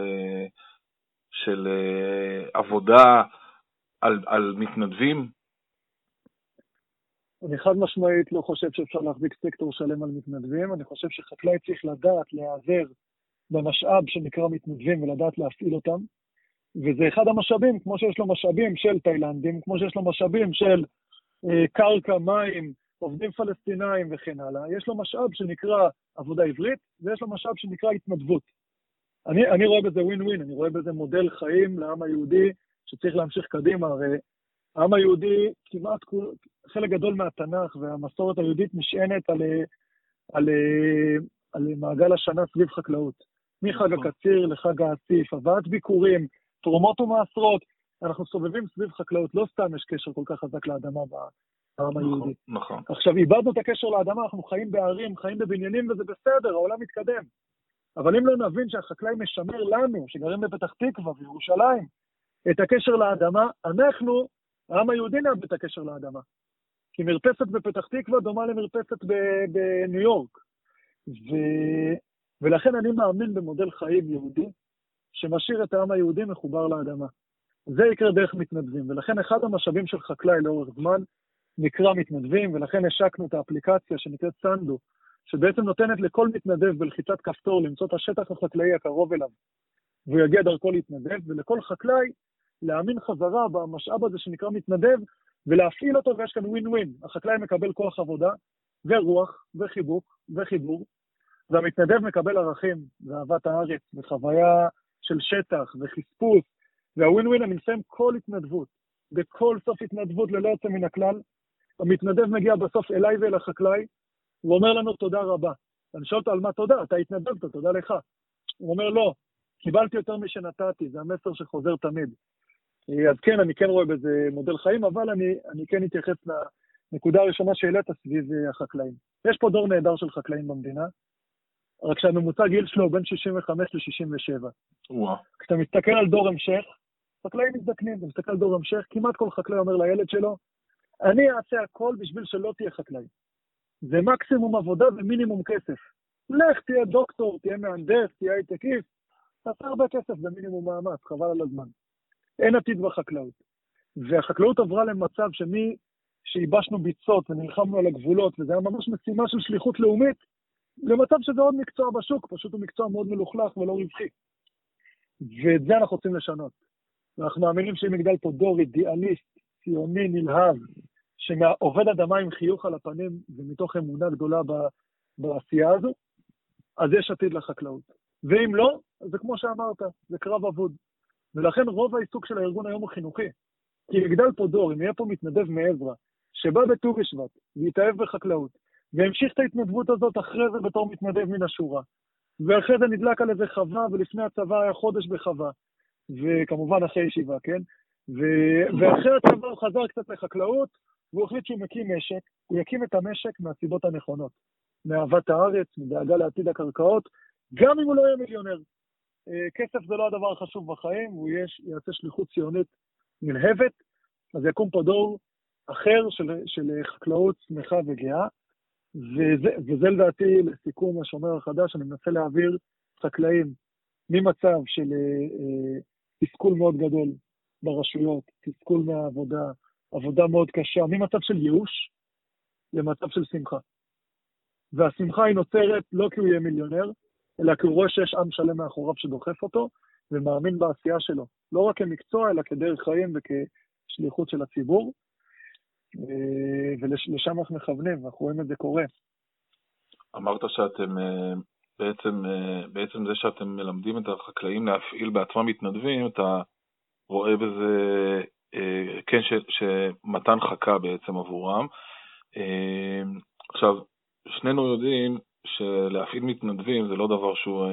של עבודה על מתנדבים? אני חד משמעית לא חושב שאפשר להחזיק סקטור שלם על מתנדבים. אני חושב שחקלאי צריך לדעת להיעזר במשאב שנקרא מתנדבים ולדעת להפעיל אותם. וזה אחד המשאבים, כמו שיש לו משאבים של תאילנדים, כמו שיש לו משאבים של קרקע, מים, עובדים פלסטינאים וכן הלאה. יש לו משאב שנקרא עבודה עברית, ויש לו משאב שנקרא התנדבות. אני רואה בזה ווין ווין, אני רואה בזה מודל חיים לעם היהודי שצריך להמשיך קדימה. הרי העם היהודי, כמעט חלק גדול מהתנ"ך והמסורת היהודית נשענת על מעגל השנה סביב חקלאות. מחג הקציר לחג האסיף, הבאת ביקורים, תרומות ומעשרות, אנחנו סובבים סביב חקלאות, לא סתם יש קשר כל כך חזק לאדמה בעם היהודי. נכון. עכשיו, איבדנו את הקשר לאדמה, אנחנו חיים בערים, חיים בבניינים, וזה בסדר, העולם מתקדם. אבל אם לא נבין שהחקלאי משמר לנו, שגרים בפתח תקווה וירושלים, את הקשר לאדמה, אנחנו, העם היהודי נאבד את הקשר לאדמה. כי מרפסת בפתח תקווה דומה למרפסת בניו יורק. ולכן אני מאמין במודל חיים יהודי, שמשאיר את העם היהודי מחובר לאדמה. זה יקרה דרך מתנדבים, ולכן אחד המשאבים של חקלאי לאורך זמן נקרא מתנדבים, ולכן השקנו את האפליקציה שנקראת סנדו, שבעצם נותנת לכל מתנדב בלחיצת כפתור למצוא את השטח החקלאי הקרוב אליו, והוא יגיע דרכו להתנדב, ולכל חקלאי להאמין חזרה במשאב הזה שנקרא מתנדב, ולהפעיל אותו, ויש כאן ווין ווין. החקלאי מקבל כוח עבודה, ורוח, וחיבוק, וחיבור, והמתנדב מקבל ערכים, ואהבת הארץ, וחוויה של שטח, וחספוס, והווין ווין אני מסיים כל התנדבות, בכל סוף התנדבות ללא יוצא מן הכלל, המתנדב מגיע בסוף אליי ואל החקלאי, הוא אומר לנו תודה רבה. אני שואל אותו על מה תודה, אתה התנדבת, תודה לך. הוא אומר לא, קיבלתי יותר משנתתי, זה המסר שחוזר תמיד. אז כן, אני כן רואה בזה מודל חיים, אבל אני כן אתייחס לנקודה הראשונה שהעלית סביב החקלאים. יש פה דור נהדר של חקלאים במדינה, רק שהממוצע גיל שלו בין 65 ל-67. כשאתה מסתכל על דור המשך, חקלאים מזדקנים, אתה מסתכל על דור המשך, כמעט כל חקלאי אומר לילד שלו, אני אעשה הכל בשביל שלא תהיה חקלאי. זה מקסימום עבודה ומינימום כסף. לך תהיה דוקטור, תהיה מהנדס, תהיה הייטקיסט, תעשה הרבה כסף במינימום מאמץ, חבל על הזמן. אין עתיד בחקלאות. והחקלאות עברה למצב שמי שייבשנו ביצות ונלחמנו על הגבולות, וזה היה ממש משימה של שליחות לאומית, למצב שזה עוד מקצוע בשוק, פשוט הוא מקצוע מאוד מלוכלך ולא רווחי. ואת זה אנחנו רוצים לשנות. אנחנו מאמינים שאם יגדל פה דור אידיאליסט, ציוני, נלהב, שעובד אדמה עם חיוך על הפנים ומתוך אמונה גדולה בעשייה הזו, אז יש עתיד לחקלאות. ואם לא, אז זה כמו שאמרת, זה קרב אבוד. ולכן רוב העיסוק של הארגון היום הוא חינוכי. כי יגדל פה דור, אם יהיה פה מתנדב מעזרא, שבא בט"ו בשבט, והתאהב בחקלאות, והמשיך את ההתנדבות הזאת אחרי זה בתור מתנדב מן השורה. ואחרי זה נדלק על איזה חווה, ולפני הצבא היה חודש בחווה. וכמובן אחרי ישיבה, כן? ואחרי הצבא הוא חזר קצת לחקלאות, והוא החליט שהוא מקים משק, הוא יקים את המשק מהסיבות הנכונות. מאהבת הארץ, מדאגה לעתיד הקרקעות, גם אם הוא לא יהיה מיליונר. כסף זה לא הדבר החשוב בחיים, הוא יעשה שליחות ציונית נלהבת, אז יקום פה דור אחר של חקלאות שמחה וגאה, וזה לדעתי לסיכום השומר החדש, אני מנסה להעביר חקלאים ממצב של תסכול מאוד גדול ברשויות, תסכול מהעבודה, עבודה מאוד קשה, ממצב של ייאוש למצב של שמחה. והשמחה היא נוצרת לא כי הוא יהיה מיליונר, אלא כי הוא רואה שיש עם שלם מאחוריו שדוחף אותו, ומאמין בעשייה שלו. לא רק כמקצוע, אלא כדרך חיים וכשליחות של הציבור. ולשם אנחנו מכוונים, אנחנו רואים את זה קורה. אמרת שאתם, בעצם זה שאתם מלמדים את החקלאים להפעיל בעצמם מתנדבים, אתה רואה בזה, כן, שמתן חכה בעצם עבורם. עכשיו, שנינו יודעים שלהפעיל מתנדבים זה לא דבר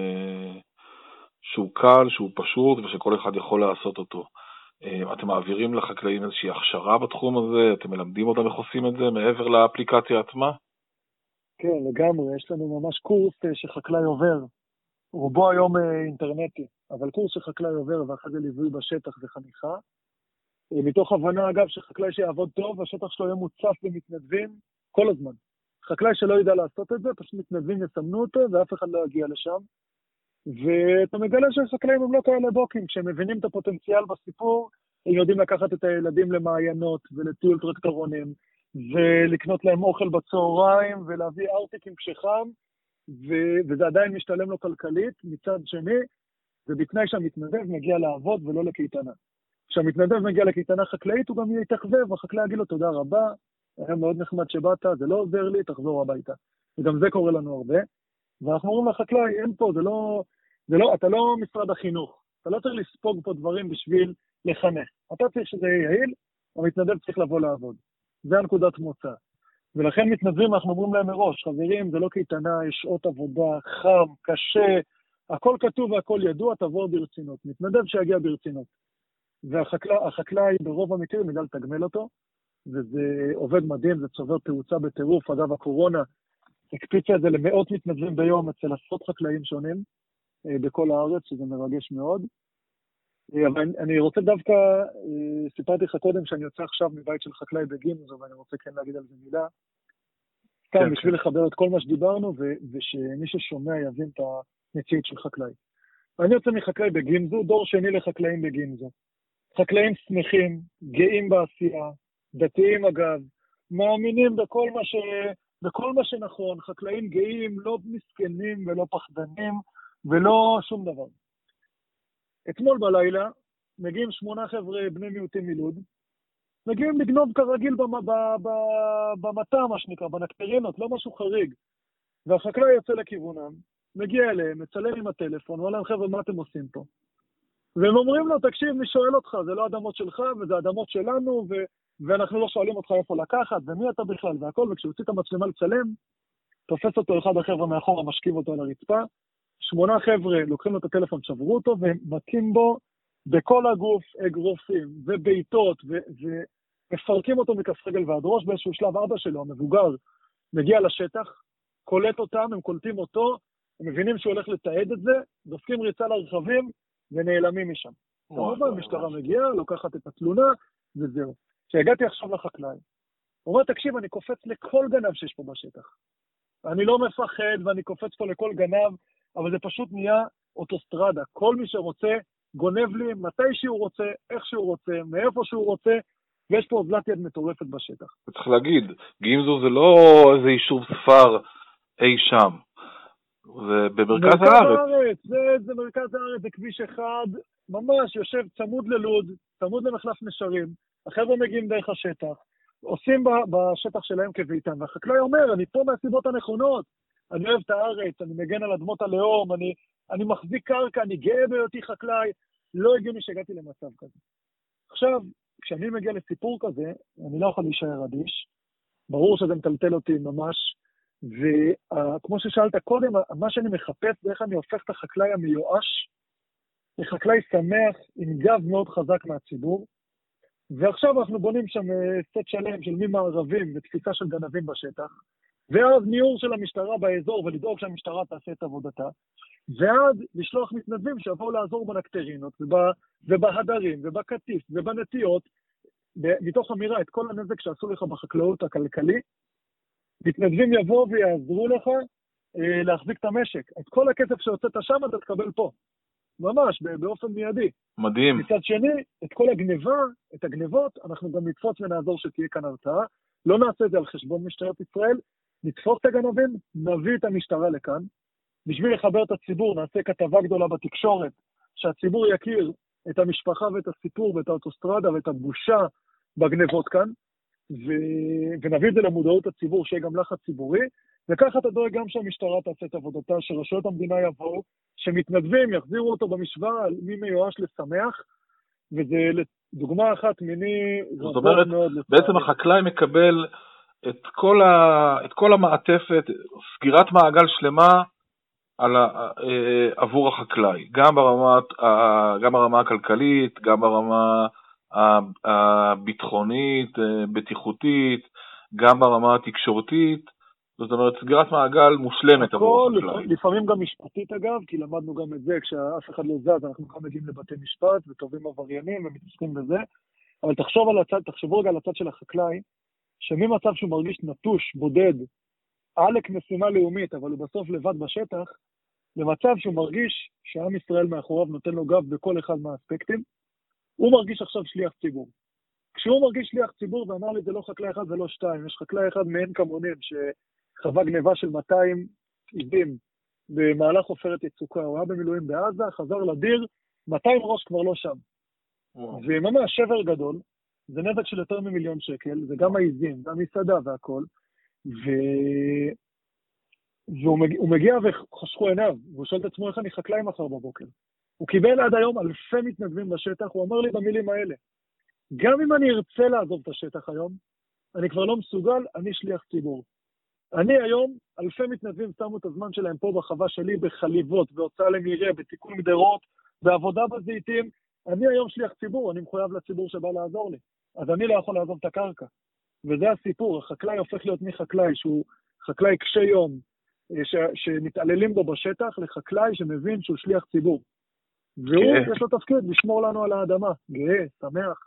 שהוא קל, שהוא פשוט ושכל אחד יכול לעשות אותו. אתם מעבירים לחקלאים איזושהי הכשרה בתחום הזה? אתם מלמדים אותם איך עושים את זה מעבר לאפליקציה עצמה? כן, לגמרי. יש לנו ממש קורס שחקלאי עובר. רובו היום אינטרנטי, אבל קורס שחקלאי עובר ואחרי זה ליווי בשטח וחניכה. מתוך הבנה, אגב, שחקלאי שיעבוד טוב, השטח שלו יהיה מוצף במתנדבים כל הזמן. חקלאי שלא ידע לעשות את זה, פשוט מתנדבים יסמנו אותו ואף אחד לא יגיע לשם. ואתה מגלה שחקלאים הם לא כאלה בוקים, כשהם מבינים את הפוטנציאל בסיפור, הם יודעים לקחת את הילדים למעיינות ולטיול טרקטורונים, ולקנות להם אוכל בצהריים, ולהביא ארטיקים כשחם, וזה עדיין משתלם לו כלכלית. מצד שני, זה בתנאי שהמתנדב מגיע לעבוד ולא לקייטנה. כשהמתנדב מגיע לקייטנה חקלאית, הוא גם יתחבב, והחקלאי יגיד לו תודה רבה, היה מאוד נחמד שבאת, זה לא עוזר לי, תחזור הביתה. וגם זה קורה לנו הרבה. ואנחנו אומרים לחקלאי, אין פה, אתה לא משרד החינוך, אתה לא צריך לספוג פה דברים בשביל לחנך. אתה צריך שזה יהיה יעיל, המתנדב צריך לבוא לעבוד. זה הנקודת מוצא. ולכן מתנדבים, אנחנו אומרים להם מראש, חברים, זה לא קייטנה, יש שעות עבודה, חם, קשה, הכל כתוב והכל ידוע, תבוא ברצינות. מתנדב שיגיע ברצינות. והחקלאי ברוב המקרים נדע לתגמל אותו, וזה עובד מדהים, זה צובר תאוצה בטירוף. אגב, הקורונה הקפיצה את זה למאות מתנדבים ביום אצל עשרות חקלאים שונים בכל הארץ, שזה מרגש מאוד. אבל אני רוצה דווקא, סיפרתי לך קודם שאני יוצא עכשיו מבית של חקלאי בגמזו, ואני רוצה כן להגיד על זה מילה. סתם, בשביל לחבר את כל מה שדיברנו, ושמי ששומע יבין את המציאות של חקלאי. אני יוצא מחקלאי בגמזו, דור שני לחקלאים בגמזו. חקלאים שמחים, גאים בעשייה, דתיים אגב, מאמינים בכל מה שנכון, חקלאים גאים, לא מסכנים ולא פחדנים ולא שום דבר. אתמול בלילה מגיעים 8 חבר'ה בני מיעוטים מלוד, מגיעים לגנוב כרגיל במטה, מה שנקרא, בנקטרינות, לא משהו חריג. והחקלאי יוצא לכיוונם, מגיע אליהם, מצלם עם הטלפון, ואומר להם, חבר'ה, מה אתם עושים פה? והם אומרים לו, תקשיב, מי שואל אותך, זה לא אדמות שלך, וזה אדמות שלנו, ואנחנו לא שואלים אותך איפה לקחת, ומי אתה בכלל, והכל, וכשהוציא את המצלמה לצלם, תופס אותו אחד החבר'ה מאחורה, משכיב אותו על הרצפה, 8 חבר'ה לוקחים לו את הטלפון, שברו אותו, ומכים בו בכל הגוף אגרופים, וביתות, ומפרקים אותו מכף רגל ועד ראש. באיזשהו שלב אבא שלו, המבוגר, מגיע לשטח, קולט אותם, הם קולטים אותו, הם מבינים שהוא הולך לתעד את זה, דופקים ריצה לרכבים, ונעלמים משם. כמובן, המשטרה מגיעה, לוקחת את התלונה, וזהו. כשהגעתי עכשיו לחקלאי, הוא אומר, תקשיב, אני קופץ לכל גנב שיש פה בשטח. אני לא מפחד, ואני קופץ פה לכל גנב, אבל זה פשוט נהיה אוטוסטרדה. כל מי שרוצה, גונב לי מתי שהוא רוצה, איך שהוא רוצה, מאיפה שהוא רוצה, ויש פה אוזלת יד מטורפת בשטח. צריך להגיד, גמזו זה לא איזה יישוב ספר אי שם. זה במרכז הארץ. זה מרכז הארץ, זה כביש אחד, ממש יושב צמוד ללוד, צמוד למחלף נשרים, החבר'ה מגיעים דרך השטח, עושים בשטח שלהם כביתם, והחקלאי אומר, אני פה מהסיבות הנכונות, אני אוהב את הארץ, אני מגן על אדמות הלאום, אני מחזיק קרקע, אני גאה בהיותי חקלאי, לא הגיוני שהגעתי למצב כזה. עכשיו, כשאני מגיע לסיפור כזה, אני לא יכול להישאר אדיש, ברור שזה מטלטל אותי ממש, וכמו ששאלת קודם, מה שאני מחפש זה איך אני הופך את החקלאי המיואש, לחקלאי שמח עם גב מאוד חזק מהציבור, ועכשיו אנחנו בונים שם סט שלם של מי מערבים ותפיסה של גנבים בשטח, ואז ניעור של המשטרה באזור ולדאוג שהמשטרה תעשה את עבודתה, ועד לשלוח מתנדבים שיבואו לעזור בנקטרינות ובהדרים ובקטיף ובנטיות, מתוך אמירה את כל הנזק שעשו לך בחקלאות הכלכלי, מתנדבים יבואו ויעזרו לך להחזיק את המשק. את כל הכסף שהוצאת שם אתה תקבל פה. ממש, באופן מיידי. מדהים. מצד שני, את כל הגניבה, את הגניבות, אנחנו גם נתפוץ ונעזור שתהיה כאן הרתעה. לא נעשה את זה על חשבון משטרת ישראל, נתפוס את הגנבים, נביא את המשטרה לכאן. בשביל לחבר את הציבור, נעשה כתבה גדולה בתקשורת, שהציבור יכיר את המשפחה ואת הסיפור ואת האוטוסטרדה ואת הבושה בגניבות כאן, ונביא את זה למודעות הציבור, שיהיה גם לחץ ציבורי, וככה אתה דואג גם שהמשטרה תעשה את עבודתה, שרשויות המדינה יבואו, שמתנדבים יחזירו אותו במשוואה על מי מיואש לשמח, וזה דוגמה אחת מיני זאת אומרת, בעצם החקלאי מקבל את כל המעטפת, סגירת מעגל שלמה עבור החקלאי, גם ברמה הכלכלית, גם ברמה הביטחונית, בטיחותית, גם ברמה התקשורתית, זאת אומרת, סגירת מעגל מושלמת עבור החקלאי. לפעמים גם משפטית אגב, כי למדנו גם את זה, כשאף אחד לא זז, אנחנו גם מגיעים לבתי משפט, וטובים עבריינים ומתעסקים בזה, אבל תחשבו רגע על הצד של החקלאי, שממצב שהוא מרגיש נטוש, בודד, עלק משימה לאומית, אבל הוא בסוף לבד בשטח, למצב שהוא מרגיש שעם ישראל מאחוריו נותן לו גב בכל אחד מהאספקטים, הוא מרגיש עכשיו שליח ציבור. כשהוא מרגיש שליח ציבור, ואמר לי, זה לא חקלאי אחד ולא 2, יש חקלאי אחד מעין כמונים, שחווה גניבה של 200 עידים במהלך עופרת יצוקה, הוא היה במילואים בעזה, חזר לדיר, 200 ראש כבר לא שם. וממש שבר גדול, זה נזק של יותר מ1,000,000 שקל, זה גם העיזים, זה המסעדה והכל, והוא מגיע וחשכו עיניו, והוא שואל את עצמו איך אני חקלאי מחר בבוקר. הוא קיבל עד היום אלפי מתנדבים בשטח, הוא אומר לי במילים האלה, גם אם אני ארצה לעזוב את השטח היום, אני כבר לא מסוגל, אני שליח ציבור. אני היום, אלפי מתנדבים שמו את הזמן שלהם פה בחווה שלי, בחליבות, בהוצאה למרעה, בתיקון גדרות, בעבודה בזיתים. אני היום שליח ציבור, אני מחויב לציבור שבא לעזור לי. אז אני לא יכול לעזוב את הקרקע. וזה הסיפור, החקלאי הופך להיות מחקלאי, שהוא חקלאי קשה יום, שמתעללים בו בשטח, לחקלאי שמבין שהוא שליח ציבור. והוא, יש לו תפקיד לשמור לנו על האדמה, גאה, שמח.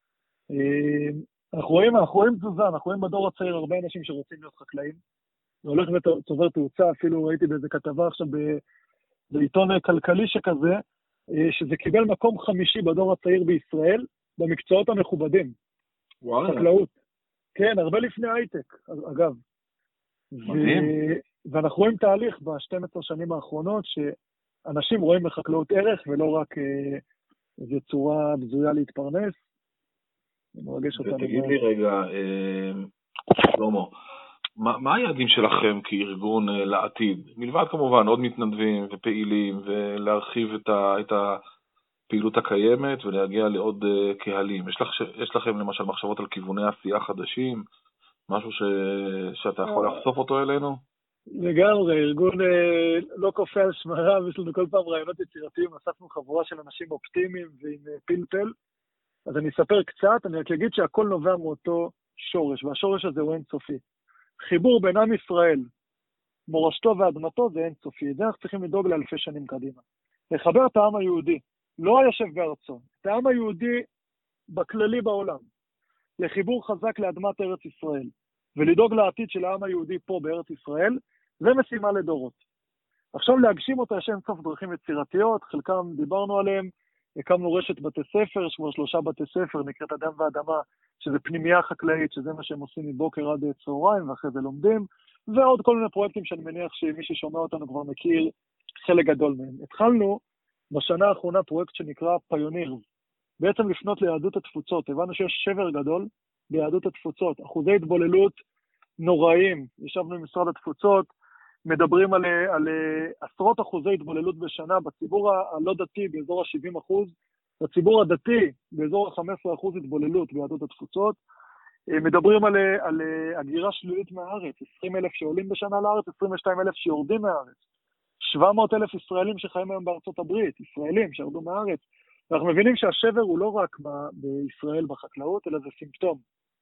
אנחנו רואים תזוזה, אנחנו רואים בדור הצעיר הרבה אנשים שרוצים להיות חקלאים. זה הולך וצובר תאוצה, אפילו ראיתי באיזה כתבה עכשיו בעיתון כלכלי שכזה, שזה קיבל מקום 5 בדור הצעיר בישראל, במקצועות המכובדים. חקלאות. כן, הרבה לפני הייטק, אגב. מדהים. ואנחנו רואים תהליך ב-12 שנים האחרונות, שאנשים רואים בחקלאות ערך, ולא רק איזו צורה בזויה להתפרנס. ותגיד לי רגע, שלמה, מה היעדים שלכם כארגון לעתיד? מלבד כמובן עוד מתנדבים ופעילים, ולהרחיב את הפעילות הקיימת ולהגיע לעוד קהלים. יש לכם למשל מחשבות על כיווני עשייה חדשים? משהו שאתה יכול לחשוף אותו אלינו? לגמרי, ארגון לא קופא על שמריו, יש לנו כל פעם רעיונות יצירתיים, אספנו חבורה של אנשים אופטימיים ועם פלפל. אז אני אספר קצת, אני רק אגיד שהכל נובע מאותו שורש, והשורש הזה הוא אינסופי. חיבור בין עם ישראל, מורשתו ואדמתו זה אינסופי. את זה אנחנו צריכים לדאוג לאלפי שנים קדימה. לחבר את העם היהודי, לא הישב בארצו, את העם היהודי בכללי בעולם, לחיבור חזק לאדמת ארץ ישראל, ולדאוג לעתיד של העם היהודי פה בארץ ישראל, זה משימה לדורות. עכשיו להגשים אותה יש אינסוף דרכים יצירתיות, חלקם דיברנו עליהם, הקמנו רשת בתי ספר, יש כבר 3 בתי ספר, נקראת אדם ואדמה, שזה פנימייה חקלאית, שזה מה שהם עושים מבוקר עד צהריים, ואחרי זה לומדים, ועוד כל מיני פרויקטים שאני מניח שמי ששומע אותנו כבר מכיר חלק גדול מהם. התחלנו בשנה האחרונה פרויקט שנקרא פיוניר, בעצם לפנות ליהדות התפוצות. הבנו שיש שבר גדול ביהדות התפוצות, אחוזי התבוללות נוראים, ישבנו עם משרד התפוצות, מדברים על עשרות אחוזי התבוללות בשנה, בציבור הלא דתי באזור ה-70%, בציבור הדתי באזור ה-15% התבוללות ביהדות התפוצות, מדברים על הגירה שלילית מהארץ, 20,000 שעולים בשנה לארץ, 22,000 שיורדים מהארץ, 700,000 ישראלים שחיים היום בארצות הברית, ישראלים שירדו מהארץ, ואנחנו מבינים שהשבר הוא לא רק בישראל בחקלאות, אלא זה סימפטום.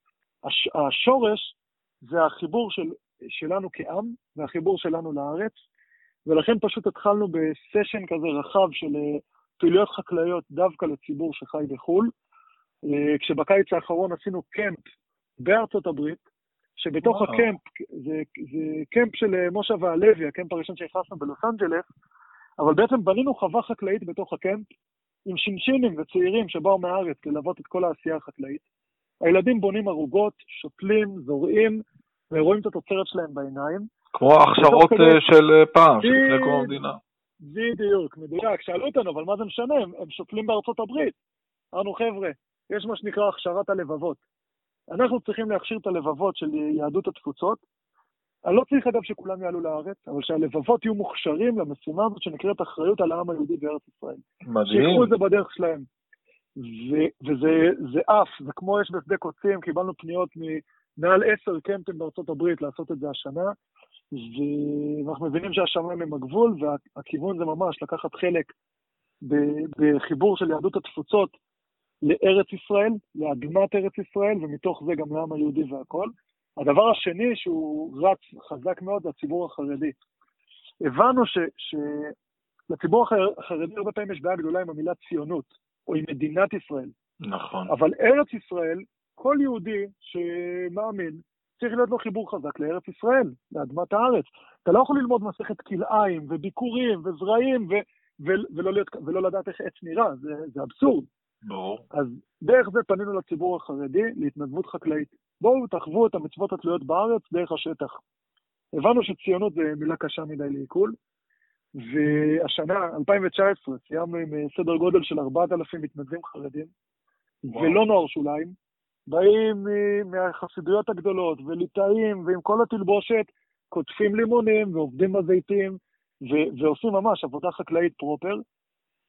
השורש זה החיבור שלנו כעם, והחיבור שלנו לארץ, ולכן פשוט התחלנו בסשן כזה רחב של פעילויות חקלאיות דווקא לציבור שחי בחול, כשבקיץ האחרון עשינו קמפ בארצות הברית, שבתוך הקמפ, זה קמפ של מושב הלוי, הקמפ הראשון שהכנסנו בלוס אנג'לס, אבל בעצם בנינו חווה חקלאית בתוך הקמפ, עם שינשינים וצעירים שבאו מהארץ ללוות את כל העשייה החקלאית. הילדים בונים ערוגות, שותלים, זורעים, ורואים את התוצרת שלהם בעיניים. כמו ההכשרות של פעם, שלפני קום המדינה. בדיוק, מדויק. שאלו אותנו, אבל מה זה משנה? הם שותלים בארצות הברית. אמרנו, חבר'ה, יש מה שנקרא הכשרת הלבבות. אנחנו צריכים להכשיר את הלבבות של יהדות התפוצות. אני לא צריך אגב שכולם יעלו לארץ, אבל שהלבבות יהיו מוכשרים למשימה הזאת שנקראת אחריות על העם היהודי בארץ ישראל. מדהים. שיקחו את זה בדרך שלהם. וזה אף, זה כמו יש בשדה קוצים, קיבלנו פניות מעל 10 קמפים בארצות הברית לעשות את זה השנה, ואנחנו מבינים שהשמיים הם הגבול, והכיוון זה ממש לקחת חלק בחיבור של יהדות התפוצות לארץ ישראל, לאדמת ארץ ישראל, ומתוך זה גם לעם היהודי והכל. הדבר השני שהוא רץ חזק מאוד זה הציבור החרדי. הבנו שלציבור החרדי הרבה פעמים יש בעיה גדולה עם המילה ציונות, או עם מדינת ישראל. נכון. אבל ארץ ישראל, כל יהודי שמאמין, צריך להיות לו חיבור חזק לארץ ישראל, לאדמת הארץ. אתה לא יכול ללמוד מסכת כלאיים וביקורים וזרעים ולא לדעת איך עץ נראה, זה אבסורד. ברור. אז דרך זה פנינו לציבור החרדי להתנדבות חקלאית. בואו תחוו את המצוות התלויות בארץ דרך השטח. הבנו שציונות זה מילה קשה מדי לעיכול, והשנה, 2019, סיימנו עם סדר גודל של 4,000 מתנדבים חרדים, ולא נוער שוליים, באים מהחסידויות הגדולות וליטאים ועם כל התלבושת, קוטפים לימונים ועובדים בזיתים, ועושים ממש עבודה חקלאית פרופר,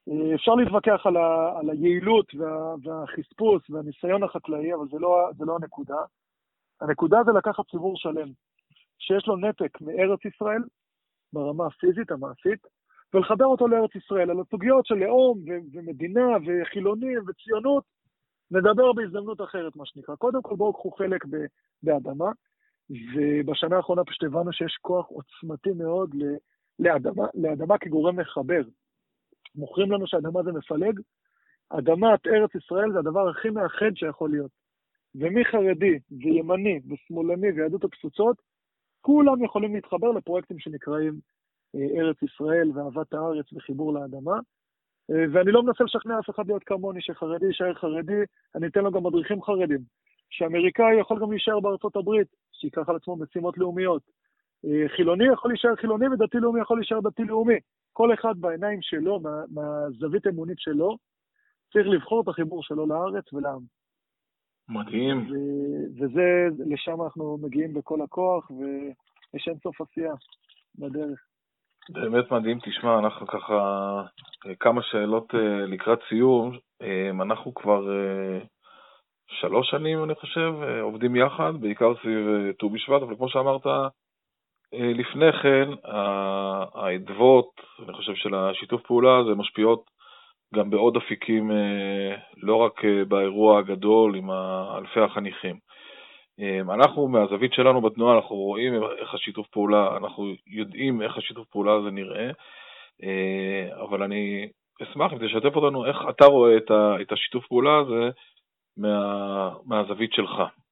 אפשר להתווכח על היעילות והחספוס והניסיון החקלאי, אבל זה לא הנקודה. הנקודה זה לקחת ציבור שלם, שיש לו נתק מארץ ישראל, ברמה הפיזית, המעשית, ולחבר אותו לארץ ישראל. על הסוגיות של לאום ומדינה וחילונים וציונות, נדבר בהזדמנות אחרת, מה שנקרא. קודם כל בואו קחו חלק באדמה, ובשנה האחרונה פשוט הבנו שיש כוח עוצמתי מאוד לאדמה כגורם מחבר. מוכרים לנו שהאדמה זה מפלג, אדמת ארץ ישראל זה הדבר הכי מאחד שיכול להיות. ומי חרדי וימני ושמאלני ויהדות התפוצות, כולם יכולים להתחבר לפרויקטים שנקראים ארץ ישראל ואהבת הארץ וחיבור לאדמה. ואני לא מנסה לשכנע אף אחד להיות כמוני, שחרדי יישאר חרדי, אני אתן לו גם מדריכים חרדים. שאמריקאי יכול גם להישאר בארצות הברית, שיקח על עצמו משימות לאומיות. חילוני יכול להישאר חילוני ודתי לאומי יכול להישאר דתי לאומי. כל אחד בעיניים שלו, מהזווית אמונית שלו, צריך לבחור את החיבור שלו לארץ ולעם. מדהים. וזה, לשם אנחנו מגיעים בכל הכוח, ויש אין סוף עשייה בדרך. באמת מדהים. תשמע, אנחנו ככה, כמה שאלות לקראת סיום. אנחנו כבר 3 שנים, אני חושב, עובדים יחד, בעיקר סביב ט"ו בשבט, אבל כמו שאמרת, לפני כן, העדוות, אני חושב של השיתוף פעולה, זה משפיעות גם בעוד אפיקים, לא רק באירוע הגדול עם אלפי החניכים. אנחנו, מהזווית שלנו בתנועה, אנחנו רואים איך השיתוף פעולה, אנחנו יודעים איך השיתוף פעולה הזה נראה, אבל אני אשמח אם תשתף אותנו איך אתה רואה את השיתוף פעולה הזה מהזווית שלך.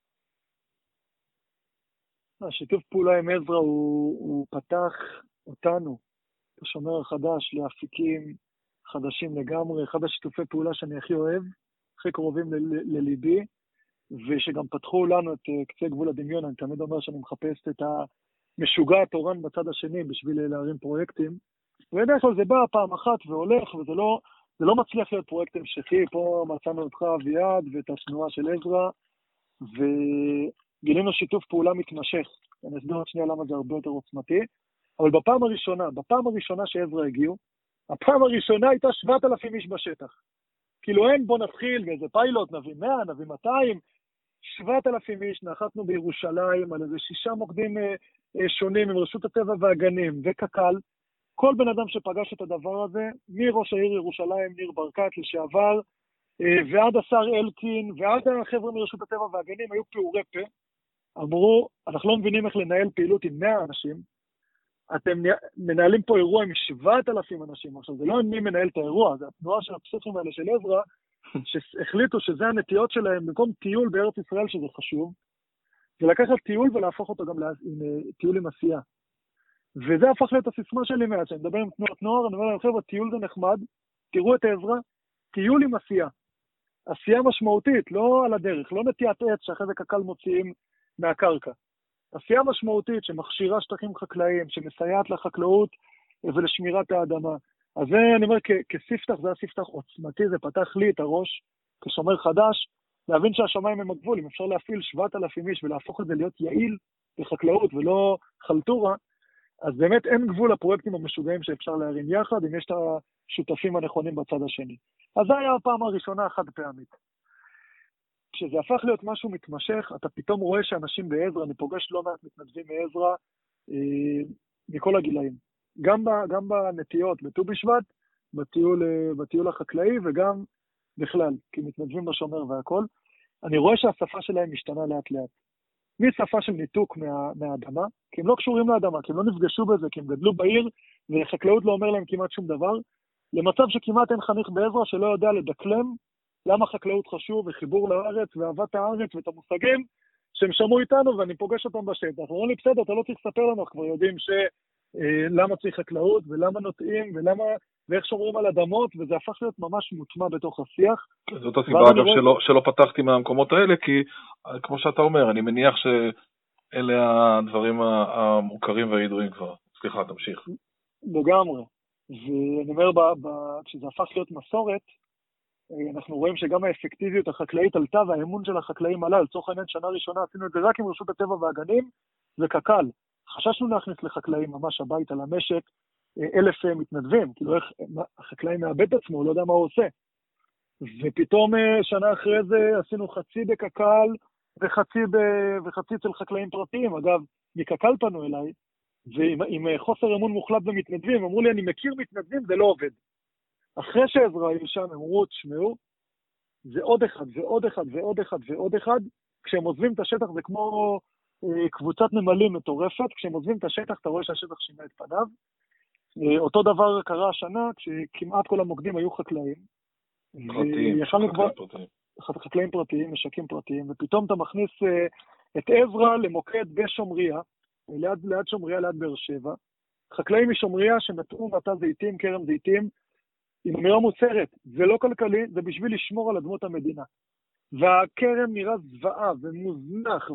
השיתוף פעולה עם עזרא הוא פתח אותנו, השומר החדש, לאפיקים חדשים לגמרי. אחד השיתופי פעולה שאני הכי אוהב, הכי קרובים לליבי, ושגם פתחו לנו את קצה גבול הדמיון. אני תמיד אומר שאני מחפש את המשוגע התורן בצד השני בשביל להרים פרויקטים, ובדרך כלל זה בא פעם אחת והולך, וזה לא מצליח להיות פרויקט המשכי. פה מצאנו אותך אביעד ואת התנועה של עזרא, וגילינו שיתוף פעולה מתמשך. אני אסביר עוד שנייה למה זה הרבה יותר עוצמתי, אבל בפעם הראשונה שעזרא הגיעו, הפעם הראשונה הייתה 7,000 איש בשטח. כאילו אין, בוא נתחיל באיזה פיילוט, נביא 100, נביא 200, 7,000 איש, נחתנו בירושלים על איזה 6 מוקדים שונים עם רשות הטבע והגנים וקק"ל. כל בן אדם שפגש את הדבר הזה, מראש העיר ירושלים, ניר ברקת לשעבר, ועד השר אלקין, ועד החבר'ה מרשות הטבע והגנים, היו פעורי פה. אמרו, אנחנו לא מבינים איך לנהל פעילות עם 100 אנשים, אתם מנהלים פה אירוע עם 7,000 אנשים. עכשיו, זה לא אני מנהל את האירוע, זה התנועה של הפסיכים האלה של עזרא, שהחליטו שזה הנטיות שלהם, במקום טיול בארץ ישראל שזה חשוב, זה לקחת טיול ולהפוך אותו גם טיול עם עשייה. וזה הפך להיות הסיסמה שלי מאז, שאני מדבר עם תנועת נוער, אני אומר להם, חבר'ה, טיול זה נחמד, תראו את עזרא, טיול עם עשייה. עשייה משמעותית, לא על הדרך, לא נטיית עץ שאחרי זה קק"ל מוציאים מהקרקע. עשייה משמעותית שמכשירה שטחים חקלאיים, שמסייעת לחקלאות ולשמירת האדמה. אז זה, אני אומר, כספתח, זה הספתח עוצמתי, זה פתח לי את הראש, כשומר חדש, להבין שהשמיים הם הגבול, אם אפשר להפעיל 7,000 איש ולהפוך את זה להיות יעיל בחקלאות ולא חלטורה, אז באמת אין גבול לפרויקטים המשוגעים שאפשר להרים יחד, אם יש את השותפים הנכונים בצד השני. אז זה היה הפעם הראשונה החד פעמית. כשזה הפך להיות משהו מתמשך, אתה פתאום רואה שאנשים בעזרא, אני פוגש לא מעט מתנדבים מעזרא, מכל הגילאים. גם בנטיות, בט"ו בשבט, בטיול החקלאי, וגם בכלל, כי מתנדבים בשומר והכל. אני רואה שהשפה שלהם משתנה לאט לאט. משפה של ניתוק מהאדמה, כי הם לא קשורים לאדמה, כי הם לא נפגשו בזה, כי הם גדלו בעיר, וחקלאות לא אומר להם כמעט שום דבר, למצב שכמעט אין חניך בעזרא שלא יודע לדקלם, למה חקלאות חשוב, וחיבור לארץ, ואהבת הארץ, ואת המושגים שהם שמעו איתנו, ואני פוגש אותם בשטח. ואומרים לי, בסדר, אתה לא צריך לספר לנו, כבר יודעים למה צריך חקלאות, ולמה נוטעים, ואיך שומרים על אדמות, וזה הפך להיות ממש מוטמע בתוך השיח. זאת הסיבה, אגב, שלא פתחתי מהמקומות האלה, כי כמו שאתה אומר, אני מניח שאלה הדברים המוכרים והידועים כבר. סליחה, תמשיך. לגמרי. ואני אומר, כשזה הפך להיות מסורת, אנחנו רואים שגם האפקטיביות החקלאית עלתה, והאמון של החקלאים עלה. לצורך העניין, שנה ראשונה עשינו את זה רק עם רשות הטבע והגנים, וקק"ל. חששנו להכניס לחקלאים ממש הביתה למשק, 1,000 מתנדבים, כאילו איך החקלאי מאבד את עצמו, הוא לא יודע מה הוא עושה. ופתאום שנה אחרי זה עשינו חצי בקק"ל וחצי אצל חקלאים פרטיים. אגב, מקק"ל פנו אליי, ועם חוסר אמון מוחלט במתנדבים, אמרו לי, אני מכיר מתנדבים, זה לא עובד. אחרי שעזרה היו שם, אמרו, תשמעו, זה עוד אחד ועוד אחד ועוד אחד ועוד אחד, כשהם עוזבים את השטח זה כמו קבוצת נמלים מטורפת, כשהם עוזבים את השטח אתה רואה שהשטח שינה את פניו. אותו דבר קרה השנה, כשכמעט כל המוקדים היו חקלאים. חקלאים פרטיים, משקים פרטיים, ופתאום אתה מכניס את עזרא למוקד בשומריה, ליד שומריה, ליד באר שבע. חקלאים משומריה שנטעו מטע זיתים, כרם זיתים, עם אמירה מוצהרת, זה לא כלכלי, זה בשביל לשמור על אדמות המדינה. והכרם נראה זוועה ומוזנח,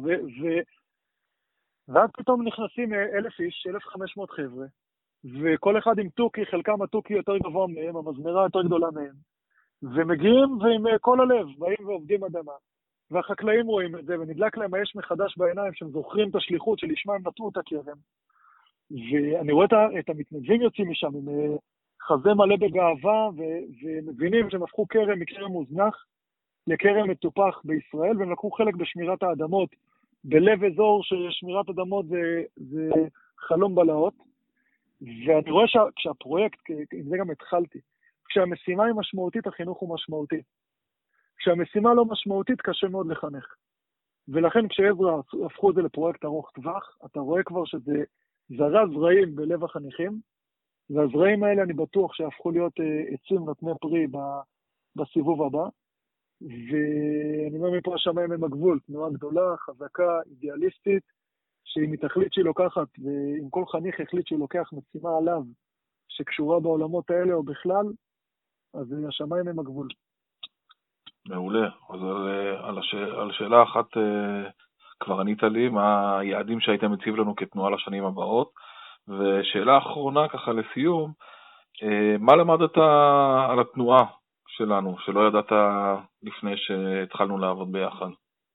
ואז פתאום נכנסים 1,000 איש, 1,500 חבר'ה, וכל אחד עם טוקי, חלקם הטוקי יותר גבוה מהם, המזמרה יותר גדולה מהם, ומגיעים ועם כל הלב, באים ועובדים אדמה. והחקלאים רואים את זה, ונדלק להם האש מחדש בעיניים, שהם זוכרים את השליחות שלשמה הם נטעו את הכרם. ואני רואה את המתנדבים יוצאים משם, עם חזה מלא בגאווה, ומבינים שהם הפכו כרם מכרם מוזנח, לכרם מטופח בישראל, והם לקחו חלק בשמירת האדמות, בלב אזור ששמירת אדמות זה חלום בלהות. ואני רואה כשהפרויקט, עם זה גם התחלתי, כשהמשימה היא משמעותית, החינוך הוא משמעותי. כשהמשימה לא משמעותית, קשה מאוד לחנך. ולכן כשעזרא הפכו את זה לפרויקט ארוך טווח, אתה רואה כבר שזה זרע זרעים בלב החניכים, והזרעים האלה אני בטוח שהפכו להיות עצים נותני פרי בסיבוב הבא, ואני אומר מפה השמיים הם הגבול, תנועה גדולה, חזקה, אידיאליסטית, שהיא מתחליט שהיא לוקחת, ואם כל חניך החליט שהיא לוקח משימה עליו, שקשורה בעולמות האלה או בכלל, אז השמיים הם הגבול. מעולה. אז על שאלה אחת כבר ענית לי, מה היעדים שהיית מציב לנו כתנועה לשנים הבאות, ושאלה אחרונה ככה לסיום, מה למדת על התנועה שלנו, שלא ידעת לפני שהתחלנו לעבוד ביחד?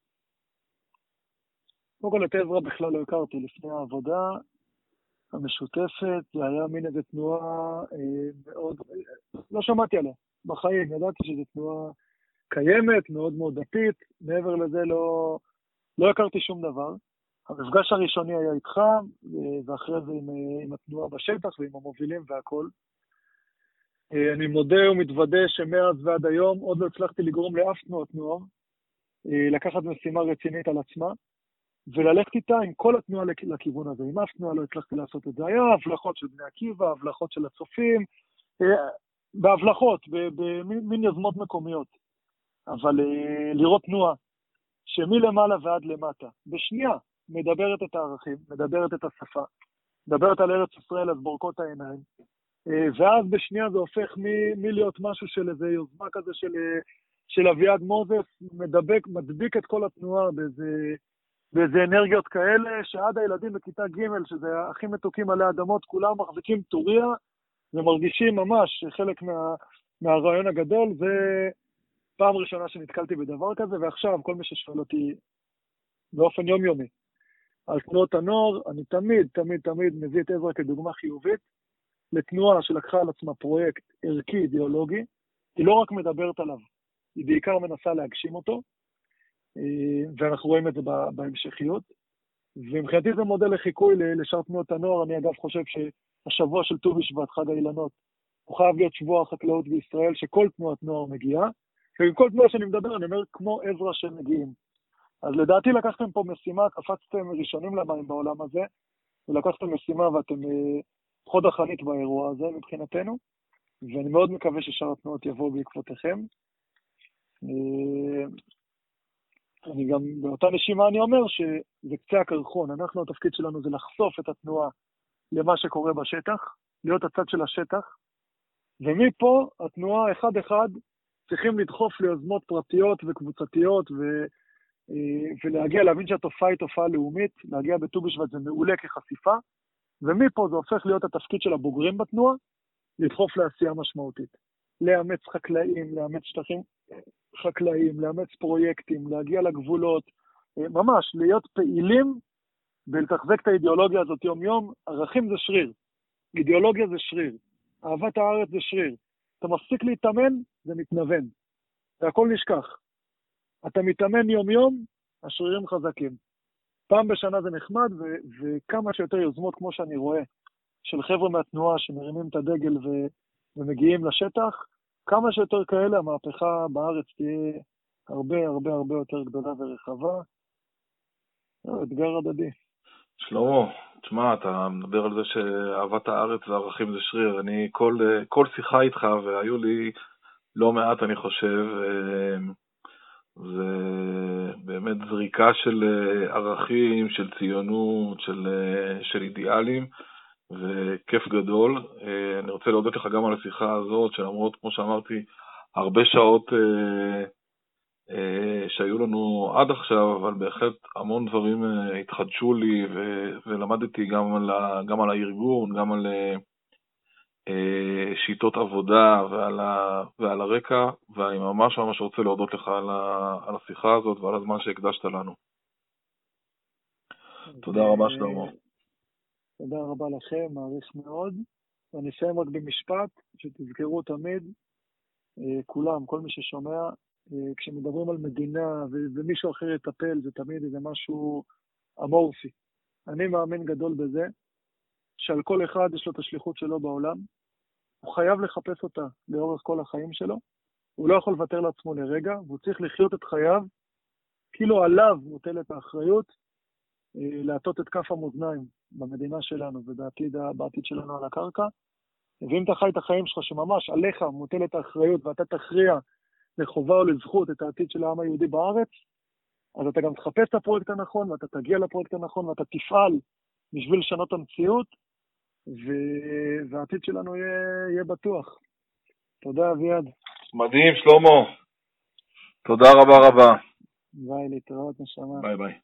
קודם כל את עזרא בכלל לא הכרתי לפני העבודה המשותפת, זה היה מין איזו תנועה מאוד, לא שמעתי עליה בחיים, ידעתי שזו תנועה קיימת, מאוד מאוד דתית, מעבר לזה לא הכרתי שום דבר. המפגש הראשוני היה איתך, ואחרי זה עם התנועה בשטח ועם המובילים והכל. אני מודה ומתוודה שמאז ועד היום עוד לא הצלחתי לגרום לאף תנועת נוער, לקחת משימה רצינית על עצמה, וללכת איתה עם כל התנועה לכיוון הזה. עם אף תנועה לא הצלחתי לעשות את זה. היה הבלחות של בני עקיבא, הבלחות של הצופים, בהבלחות, במין יוזמות מקומיות. אבל לראות תנועה שמלמעלה ועד למטה, בשנייה, מדברת את הערכים, מדברת את השפה, מדברת על ארץ ישראל, אז בורקות העיניים, ואז בשנייה זה הופך מלהיות משהו של איזה יוזמה כזה של אביעד מוזס, מדביק את כל התנועה באיזה אנרגיות כאלה, שעד הילדים בכיתה ג' שזה הכי מתוקים עלי אדמות, כולם מחזיקים טוריה, ומרגישים ממש חלק מהרעיון הגדול, זה פעם ראשונה שנתקלתי בדבר כזה, ועכשיו כל מי ששואל אותי באופן יומיומי על תנועות הנוער, אני תמיד מביא את עזרא כדוגמה חיובית, לתנועה שלקחה על עצמה פרויקט ערכי אידיאולוגי, היא לא רק מדברת עליו, היא בעיקר מנסה להגשים אותו, ואנחנו רואים את זה בהמשכיות, ומבחינתי זה מודל לחיקוי לשאר תנועות הנוער. אני אגב חושב שהשבוע של ט"ו בשבט, חג האילנות, הוא חייב להיות שבוע החקלאות בישראל, שכל תנועת נוער מגיעה, ועם כל תנועה שאני מדבר, אני אומר כמו עזרא שמגיעים. אז לדעתי לקחתם פה משימה, קפצתם ראשונים למים בעולם הזה, ולקחתם משימה ואתם חוד החנית באירוע הזה מבחינתנו, ואני מאוד מקווה ששאר התנועות יבואו בעקבותיכם. אני גם באותה נשימה אני אומר שזה קצה הקרחון, אנחנו התפקיד שלנו זה לחשוף את התנועה למה שקורה בשטח, להיות הצד של השטח, ומפה התנועה אחד אחד צריכים לדחוף ליוזמות פרטיות וקבוצתיות ולהגיע להבין שהתופעה היא תופעה לאומית, להגיע בט"ו בשבט זה מעולה כחשיפה, ומפה זה הופך להיות התפקיד של הבוגרים בתנועה, לדחוף לעשייה משמעותית, לאמץ חקלאים, לאמץ שטחים חקלאים, לאמץ פרויקטים, להגיע לגבולות, ממש להיות פעילים ולתחזק את האידיאולוגיה הזאת יום יום. ערכים זה שריר, אידיאולוגיה זה שריר, אהבת הארץ זה שריר. אתה מפסיק להתאמן, זה מתנוון. והכל נשכח. אתה מתאמן יום-יום, השרירים חזקים. פעם בשנה זה נחמד, וכמה שיותר יוזמות, כמו שאני רואה, של חבר'ה מהתנועה שמרימים את הדגל ומגיעים לשטח, כמה שיותר כאלה, המהפכה בארץ תהיה הרבה הרבה הרבה יותר גדולה ורחבה. אתגר הדדי. שלמה, תשמע, אתה מדבר על זה שאהבת הארץ וערכים זה שריר. אני כל שיחה איתך, והיו לי לא מעט, אני חושב, זה באמת זריקה של ערכים, של ציונות, של אידיאלים, וכיף גדול. אני רוצה להודות לך גם על השיחה הזאת, שלמרות, כמו שאמרתי, הרבה שעות שהיו לנו עד עכשיו, אבל בהחלט המון דברים התחדשו לי, ולמדתי גם על הארגון, גם על שיטות עבודה ועל הרקע, ואני ממש ממש רוצה להודות לך על השיחה הזאת ועל הזמן שהקדשת לנו. תודה רבה שלמה. תודה רבה לכם, מעריך מאוד. ואני אסיים רק במשפט, שתזכרו תמיד, כולם, כל מי ששומע, כשמדברים על מדינה ומישהו אחר יטפל, זה תמיד איזה משהו אמורפי. אני מאמין גדול בזה, שעל כל אחד יש לו את השליחות שלו בעולם, הוא חייב לחפש אותה לאורך כל החיים שלו, הוא לא יכול לוותר לעצמו לרגע, והוא צריך לחיות את חייו, כאילו עליו מוטלת האחריות, להטות את כף המאזניים במדינה שלנו ובעתיד שלנו על הקרקע. ואם אתה חי את החיים שלך שממש עליך מוטלת האחריות ואתה תכריע לחובה או לזכות את העתיד של העם היהודי בארץ, אז אתה גם תחפש את הפרויקט הנכון ואתה תגיע לפרויקט הנכון ואתה תפעל בשביל לשנות את המציאות, והעתיד שלנו יהיה בטוח. תודה אביעד. מדהים שלמה. תודה רבה רבה. ביי, להתראות נשמה. ביי ביי.